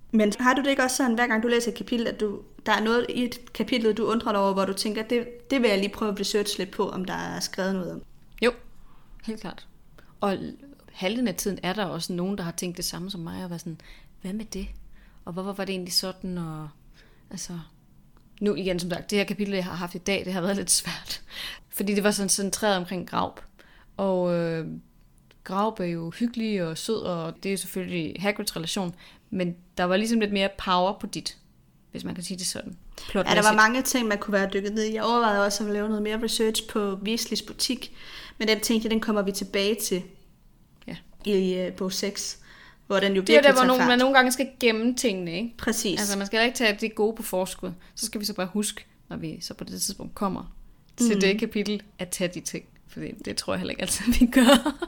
Men har du det ikke også sådan, hver gang du læser et kapitel, at der er noget i et kapitel, du undrer dig over, hvor du tænker, det vil jeg lige prøve at researche lidt på, om der er skrevet noget om? Jo, helt klart. Og halvdelen af tiden er der også nogen, der har tænkt det samme som mig, og været sådan, hvad med det? Og hvorfor var det egentlig sådan? Og altså, nu igen som sagt, det her kapitel, jeg har haft i dag, det har været lidt svært. Fordi det var sådan centreret omkring Graup. Og Graup er jo hyggelig og sød, og det er jo selvfølgelig Hagrids relation. Men der var ligesom lidt mere power på dit, hvis man kan sige det sådan. Ja, der var mange ting, man kunne være dykket ned i. Jeg overvejede også at lave noget mere research på Weasleys butik, men den tænkte jeg, den kommer vi tilbage til i bog 6, hvor den jo virkelig tager fart. Det er der, hvor man nogle gange skal gemme tingene, ikke? Præcis. Altså man skal ikke tage det gode på forskud. Så skal vi så bare huske, når vi så på det tidspunkt kommer til det kapitel, at tage de ting. For det tror jeg heller ikke altid, vi gør.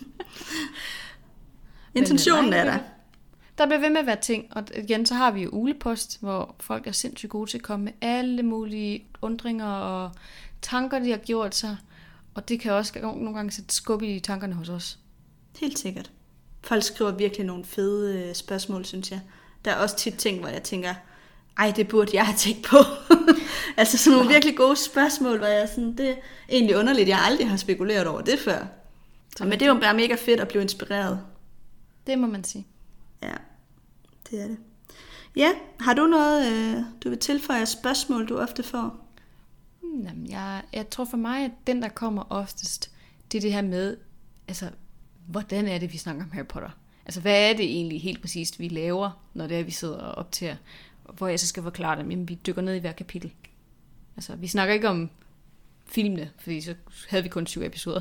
Intentionen er der. Der bliver ved med at være ting, og igen, så har vi jo Uglepost, hvor folk er sindssygt gode til at komme med alle mulige undringer og tanker, de har gjort sig. Og det kan også nogle gange sætte skub i tankerne hos os. Helt sikkert. Folk skriver virkelig nogle fede spørgsmål, synes jeg. Der er også tit ting, hvor jeg tænker, ej, det burde jeg have tænkt på. Altså sådan nogle virkelig gode spørgsmål, hvor jeg sådan, det er egentlig underligt, jeg aldrig har spekuleret over det før. Men det er jo bare mega fedt at blive inspireret. Det må man sige. Ja, det er det. Ja, har du noget, du vil tilføje spørgsmål, du ofte får? Jamen, jeg tror for mig, at den, der kommer oftest, det er det her med, altså, hvordan er det, vi snakker om Harry Potter? Altså, hvad er det egentlig helt præcist, vi laver, når det er, vi sidder og optager? Hvor jeg så skal forklare dem, jamen, vi dykker ned i hver kapitel. Altså, vi snakker ikke om filmene, fordi så havde vi kun 7 episoder.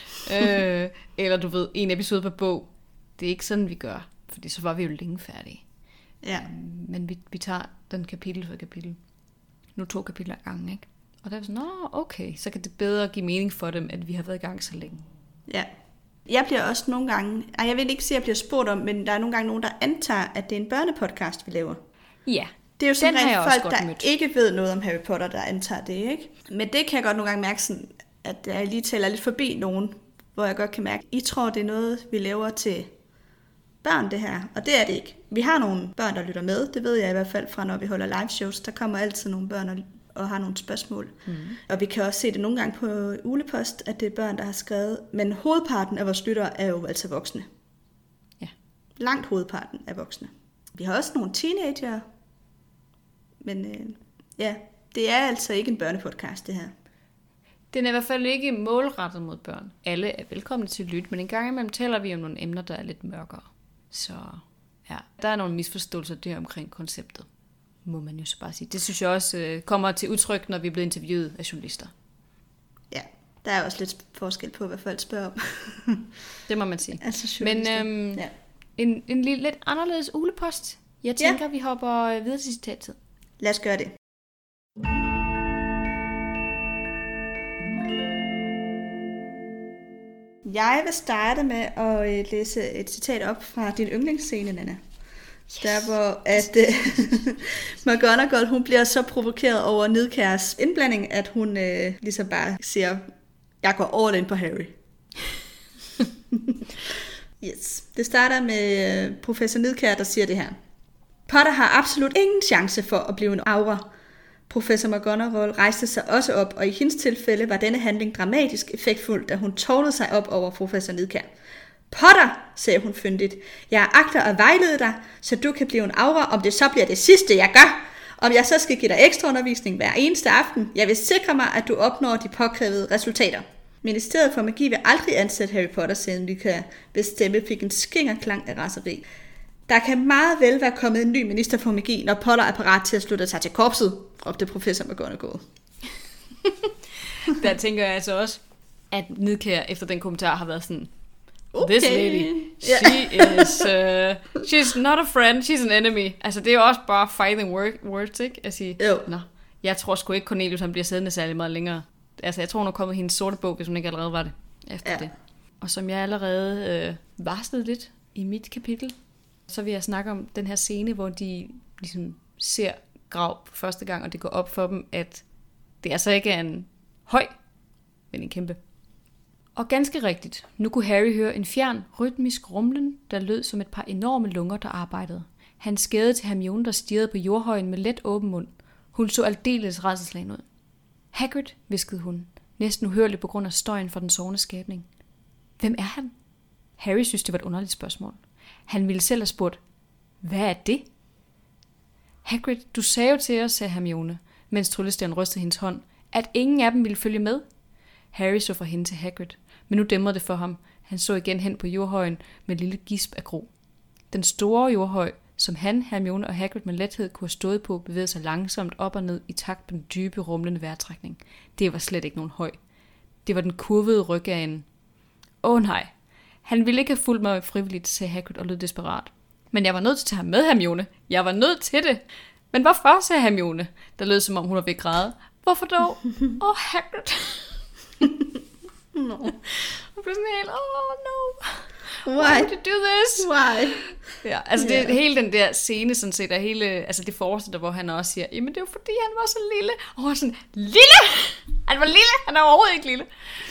Eller du ved, 1 episode per bog. Det er ikke sådan, vi gør, fordi så var vi jo længe færdige. Ja. Men vi tager den kapitel for kapitel. Nu 2 kapitler ad gangen, ikke? Og der er sådan, okay, så kan det bedre give mening for dem, at vi har været i gang så længe. Ja. Jeg bliver også nogle gange, jeg vil ikke sige, at jeg bliver spurgt om, men der er nogle gange nogen, der antager, at det er en børnepodcast, vi laver. Ja. Det er jo sådan rent folk, der ikke ved noget om Harry Potter, der antager det, ikke? Men det kan jeg godt nogle gange mærke, sådan, at jeg lige taler lidt forbi nogen, hvor jeg godt kan mærke, I tror, det er noget, vi laver til børn, det her. Og det er det ikke. Vi har nogle børn, der lytter med. Det ved jeg i hvert fald fra, når vi holder live shows. Der kommer altid nogle børn og har nogle spørgsmål. Og vi kan også se det nogle gange på Uglepost, at det er børn, der har skrevet. Men hovedparten af vores lyttere er jo altså voksne. Ja. Langt hovedparten er voksne. Vi har også nogle teenager. Men det er altså ikke en børnepodcast, det her. Den er i hvert fald ikke målrettet mod børn. Alle er velkomne til at lytte, men en gang imellem taler vi om nogle emner, der er lidt mørkere. Så ja, der er nogle misforståelser der omkring konceptet, må man jo så bare sige. Det synes jeg også kommer til udtryk, når vi er blevet interviewet af journalister. Ja, der er også lidt forskel på, hvad folk spørger om. Det må man sige. Altså men en lidt anderledes uglepost. Jeg tænker, vi hopper videre til citattid. Lad os gøre det. Jeg vil starte med at læse et citat op fra din yndlingsscene, Nana. Yes. Der hvor at McGonagall, hun bliver så provokeret over Nidkærs indblanding, at hun ligesom bare siger, jeg går all in på Harry. Yes. Det starter med professor Nidkær, der siger det her. Potter har absolut ingen chance for at blive en aura. Professor McGonagall rejste sig også op, og i hendes tilfælde var denne handling dramatisk effektfuld, da hun tårnede sig op over professor Nidkær. Potter, sagde hun fyndigt, jeg agter at vejlede dig, så du kan blive en aura, om det så bliver det sidste, jeg gør. Om jeg så skal give dig ekstra undervisning hver eneste aften, jeg vil sikre mig, at du opnår de påkrævede resultater. Ministeriet for Magi vil aldrig ansætte Harry Potter, sagde Nidkær, hvis stemme fik en skingerklang af raseri. Der kan meget vel være kommet en ny minister for magi, når Potter er parat til at slutte sig til korpset, råbte professor McGonagall. Der tænker jeg altså også, at Nidkær efter den kommentar har været sådan, okay. This lady, she's not a friend, she's an enemy. Altså det er jo også bare fighting words, ikke? At sige, jeg tror sgu ikke Cornelius han bliver siddende særlig meget længere. Altså jeg tror hun er kommet i hendes sorte bog, hvis hun ikke allerede var det efter det. Og som jeg allerede varslede lidt i mit kapitel, så vil jeg snakke om den her scene, hvor de ligesom ser Graup for første gang, og det går op for dem, at det altså ikke er en høj, men en kæmpe. Og ganske rigtigt, nu kunne Harry høre en fjern, rytmisk rumlen, der lød som et par enorme lunger, der arbejdede. Han skædede til Hermione, der stirrede på jordhøjen med let åben mund. Hun så aldeles rædselsslagen ud. Hagrid, hviskede hun, næsten uhørligt på grund af støjen fra den sovende skabning. Hvem er han? Harry synes, det var et underligt spørgsmål. Han ville selv have spurgt, hvad er det? Hagrid, du sagde jo til os, sagde Hermione, mens tryllesteren rystede hendes hånd, at ingen af dem ville følge med. Harry så fra hende til Hagrid, men nu dæmrede det for ham. Han så igen hen på jordhøjen med et lille gisp af gro. Den store jordhøj, som han, Hermione og Hagrid med lethed kunne have stået på, bevægede sig langsomt op og ned i takt med den dybe, rumlende vejrtrækning. Det var slet ikke nogen høj. Det var den kurvede ryg af en. Nej. Han ville ikke have fulgt mig frivilligt, sagde Hagrid og lød desperat. Men jeg var nødt til at tage ham med, Hermione. Jeg var nødt til det. Men hvorfor, sagde Hermione, der lød som om hun var ved at græde. Hvorfor dog? Hagrid. No. Hun blev sådan helt, no. Why would you do this? Why? Ja, altså det hele den der scene, sådan set, er hele, altså det fortsætter, hvor han også siger, jamen det var fordi, han var så lille. Og hun var sådan, lille! Han var lille! Han er overhovedet ikke lille.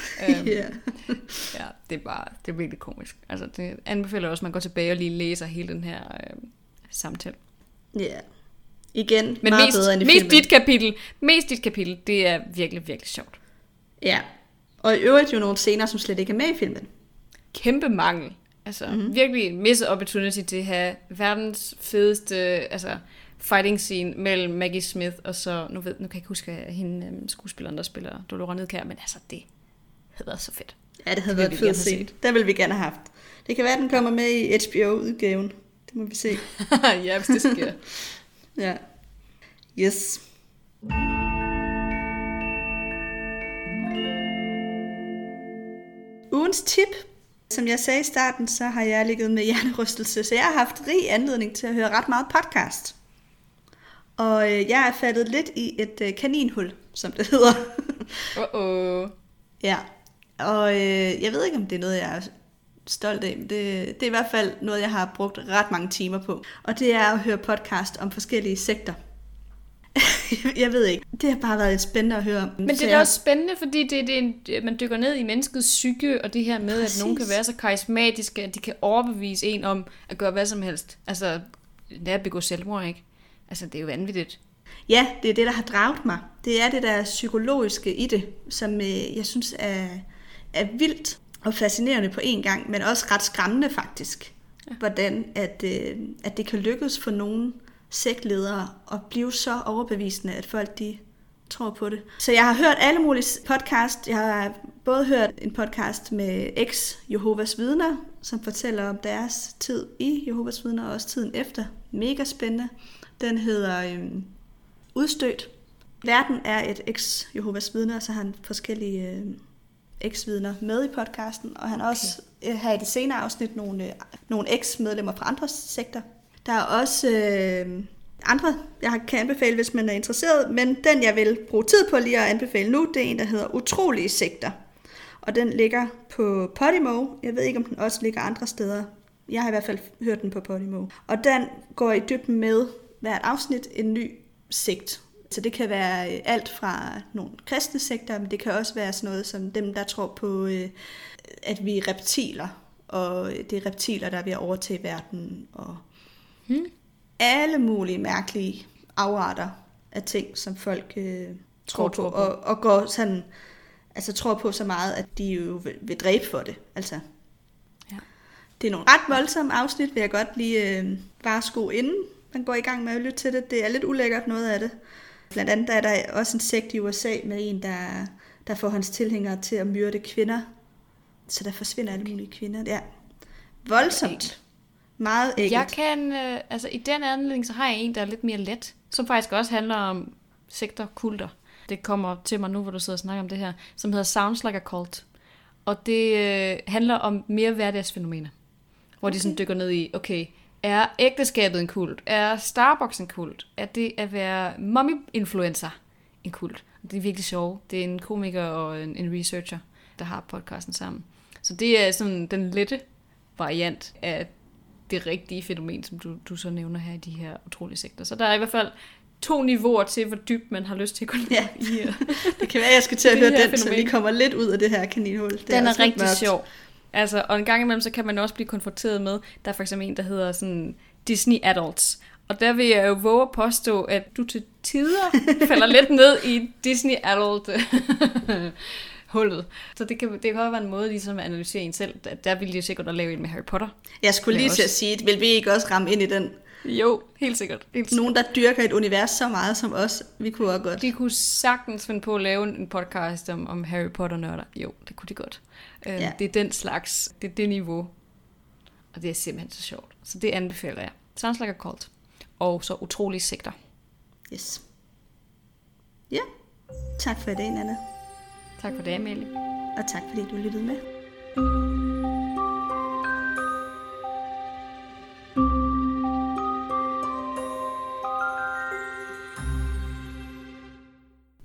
Ja, det er virkelig komisk. Altså det anbefaler også, at man går tilbage og lige læser hele den her samtale. Ja. Igen, men meget bedre end i filmen. Mest dit kapitel, det er virkelig, virkelig sjovt. Ja, og i øvrigt jo nogle scener, som slet ikke er med i filmen. Kæmpe mangel. Altså virkelig missed opportunity til at have verdens fedeste fighting scene mellem Maggie Smith og så, nu kan jeg ikke huske hende skuespilleren, der spiller Dolores Nedkær, men altså det havde været så fedt. Ja, det havde været fedt set. Det vil vi gerne have haft. Det kan være, at den kommer med i HBO-udgaven. Det må vi se. Ja, hvis det sker. Ja. Yes. Ugens tip. Som jeg sagde i starten, så har jeg ligget med hjernerystelse, så jeg har haft rig anledning til at høre ret meget podcast. Og jeg er faldet lidt i et kaninhul, som det hedder. Ja, og jeg ved ikke, om det er noget, jeg er stolt af, men det er i hvert fald noget, jeg har brugt ret mange timer på. Og det er at høre podcast om forskellige sekter. Jeg ved ikke. Det har bare været lidt spændende at høre. Men det er også spændende, fordi man dykker ned i menneskets psyke, og det her med, at nogen kan være så karismatiske, at de kan overbevise en om at gøre hvad som helst. Altså, det er at begå selvmord, ikke? Altså, det er jo vanvittigt. Ja, det er det, der har draget mig. Det er det der psykologiske i det, som jeg synes er vildt og fascinerende på en gang, men også ret skræmmende faktisk. Ja. Hvordan at det kan lykkes for nogen sektledere at blive så overbevisende, at folk de tror på det. Så jeg har hørt alle mulige podcast. Jeg har både hørt en podcast med ex-Jehovas vidner, som fortæller om deres tid i Jehovas vidner, og også tiden efter. Mega spændende. Den hedder Udstødt. Verden er et ex-Jehovas vidner, så har han forskellige ex-vidner med i podcasten, og han har også her i det senere afsnit nogle ex-medlemmer fra andre sekter. Der er også andre, jeg kan anbefale, hvis man er interesseret, men den, jeg vil bruge tid på lige at anbefale nu, det er en, der hedder Utrolige sekter. Og den ligger på Podimo. Jeg ved ikke, om den også ligger andre steder. Jeg har i hvert fald hørt den på Podimo. Og den går i dybden med hvert afsnit en ny sekt. Så det kan være alt fra nogle kristne sekter, men det kan også være sådan noget som dem, der tror på, at vi er reptiler, og det er reptiler, der er ved at overtage verden, og alle mulige mærkelige afarter af ting, som folk tror på, og går sådan, altså tror på så meget, at de jo vil dræbe for det. Altså. Ja. Det er nogle ret voldsomme afsnit, vil jeg godt lige bare sko inden man går i gang med at lytte til det. Det er lidt ulækkert noget af det. Blandt andet er der også en sekt i USA med en, der får hans tilhængere til at myrde kvinder. Så der forsvinder alle mulige kvinder. Ja. Voldsomt. Meget ægget. Jeg kan, i den anledning, så har jeg en, der er lidt mere let, som faktisk også handler om sekter, kulter. Det kommer til mig nu, hvor du sidder og snakker om det her, som hedder Sounds Like a Cult. Og det handler om mere hverdagsfænomener, hvor de sådan dykker ned i, okay, er ægteskabet en kult? Er Starbucks en kult? Er det at være mommy-influencer en kult? Det er virkelig sjovt. Det er en komiker og en researcher, der har podcasten sammen. Så det er sådan den lette variant af det rigtige fænomen, som du så nævner her i de her utrolige sekter. Så der er i hvert fald 2 niveauer til, hvor dybt man har lyst til at gå ned i. Det kan være, at jeg skal til at høre den, fænomen. Så vi kommer lidt ud af det her kaninhul. Den er rigtig sjov. Altså, og en gang imellem, så kan man også blive konfronteret med, der er for eksempel en, der hedder sådan Disney Adults. Og der vil jeg jo våge at påstå, at du til tider falder lidt ned i Disney Adult hullet. Så det kan være en måde ligesom at analysere en selv. Der ville de jo sikkert at lave en med Harry Potter. Jeg skulle lige til at sige, vil vi ikke også ramme ind i den? Jo, helt sikkert. Nogen, der dyrker et univers så meget som os, vi kunne også godt. De kunne sagtens finde på at lave en podcast om Harry Potter-nørder. Jo, det kunne de godt. Ja. Det er den slags, det er det niveau. Og det er simpelthen så sjovt. Så det anbefaler jeg. Sounds like a cult. Og så utrolige sekter. Yes. Ja, tak for i dag, Nanna. Tak for det, Amalie. Og tak fordi du lyttede med.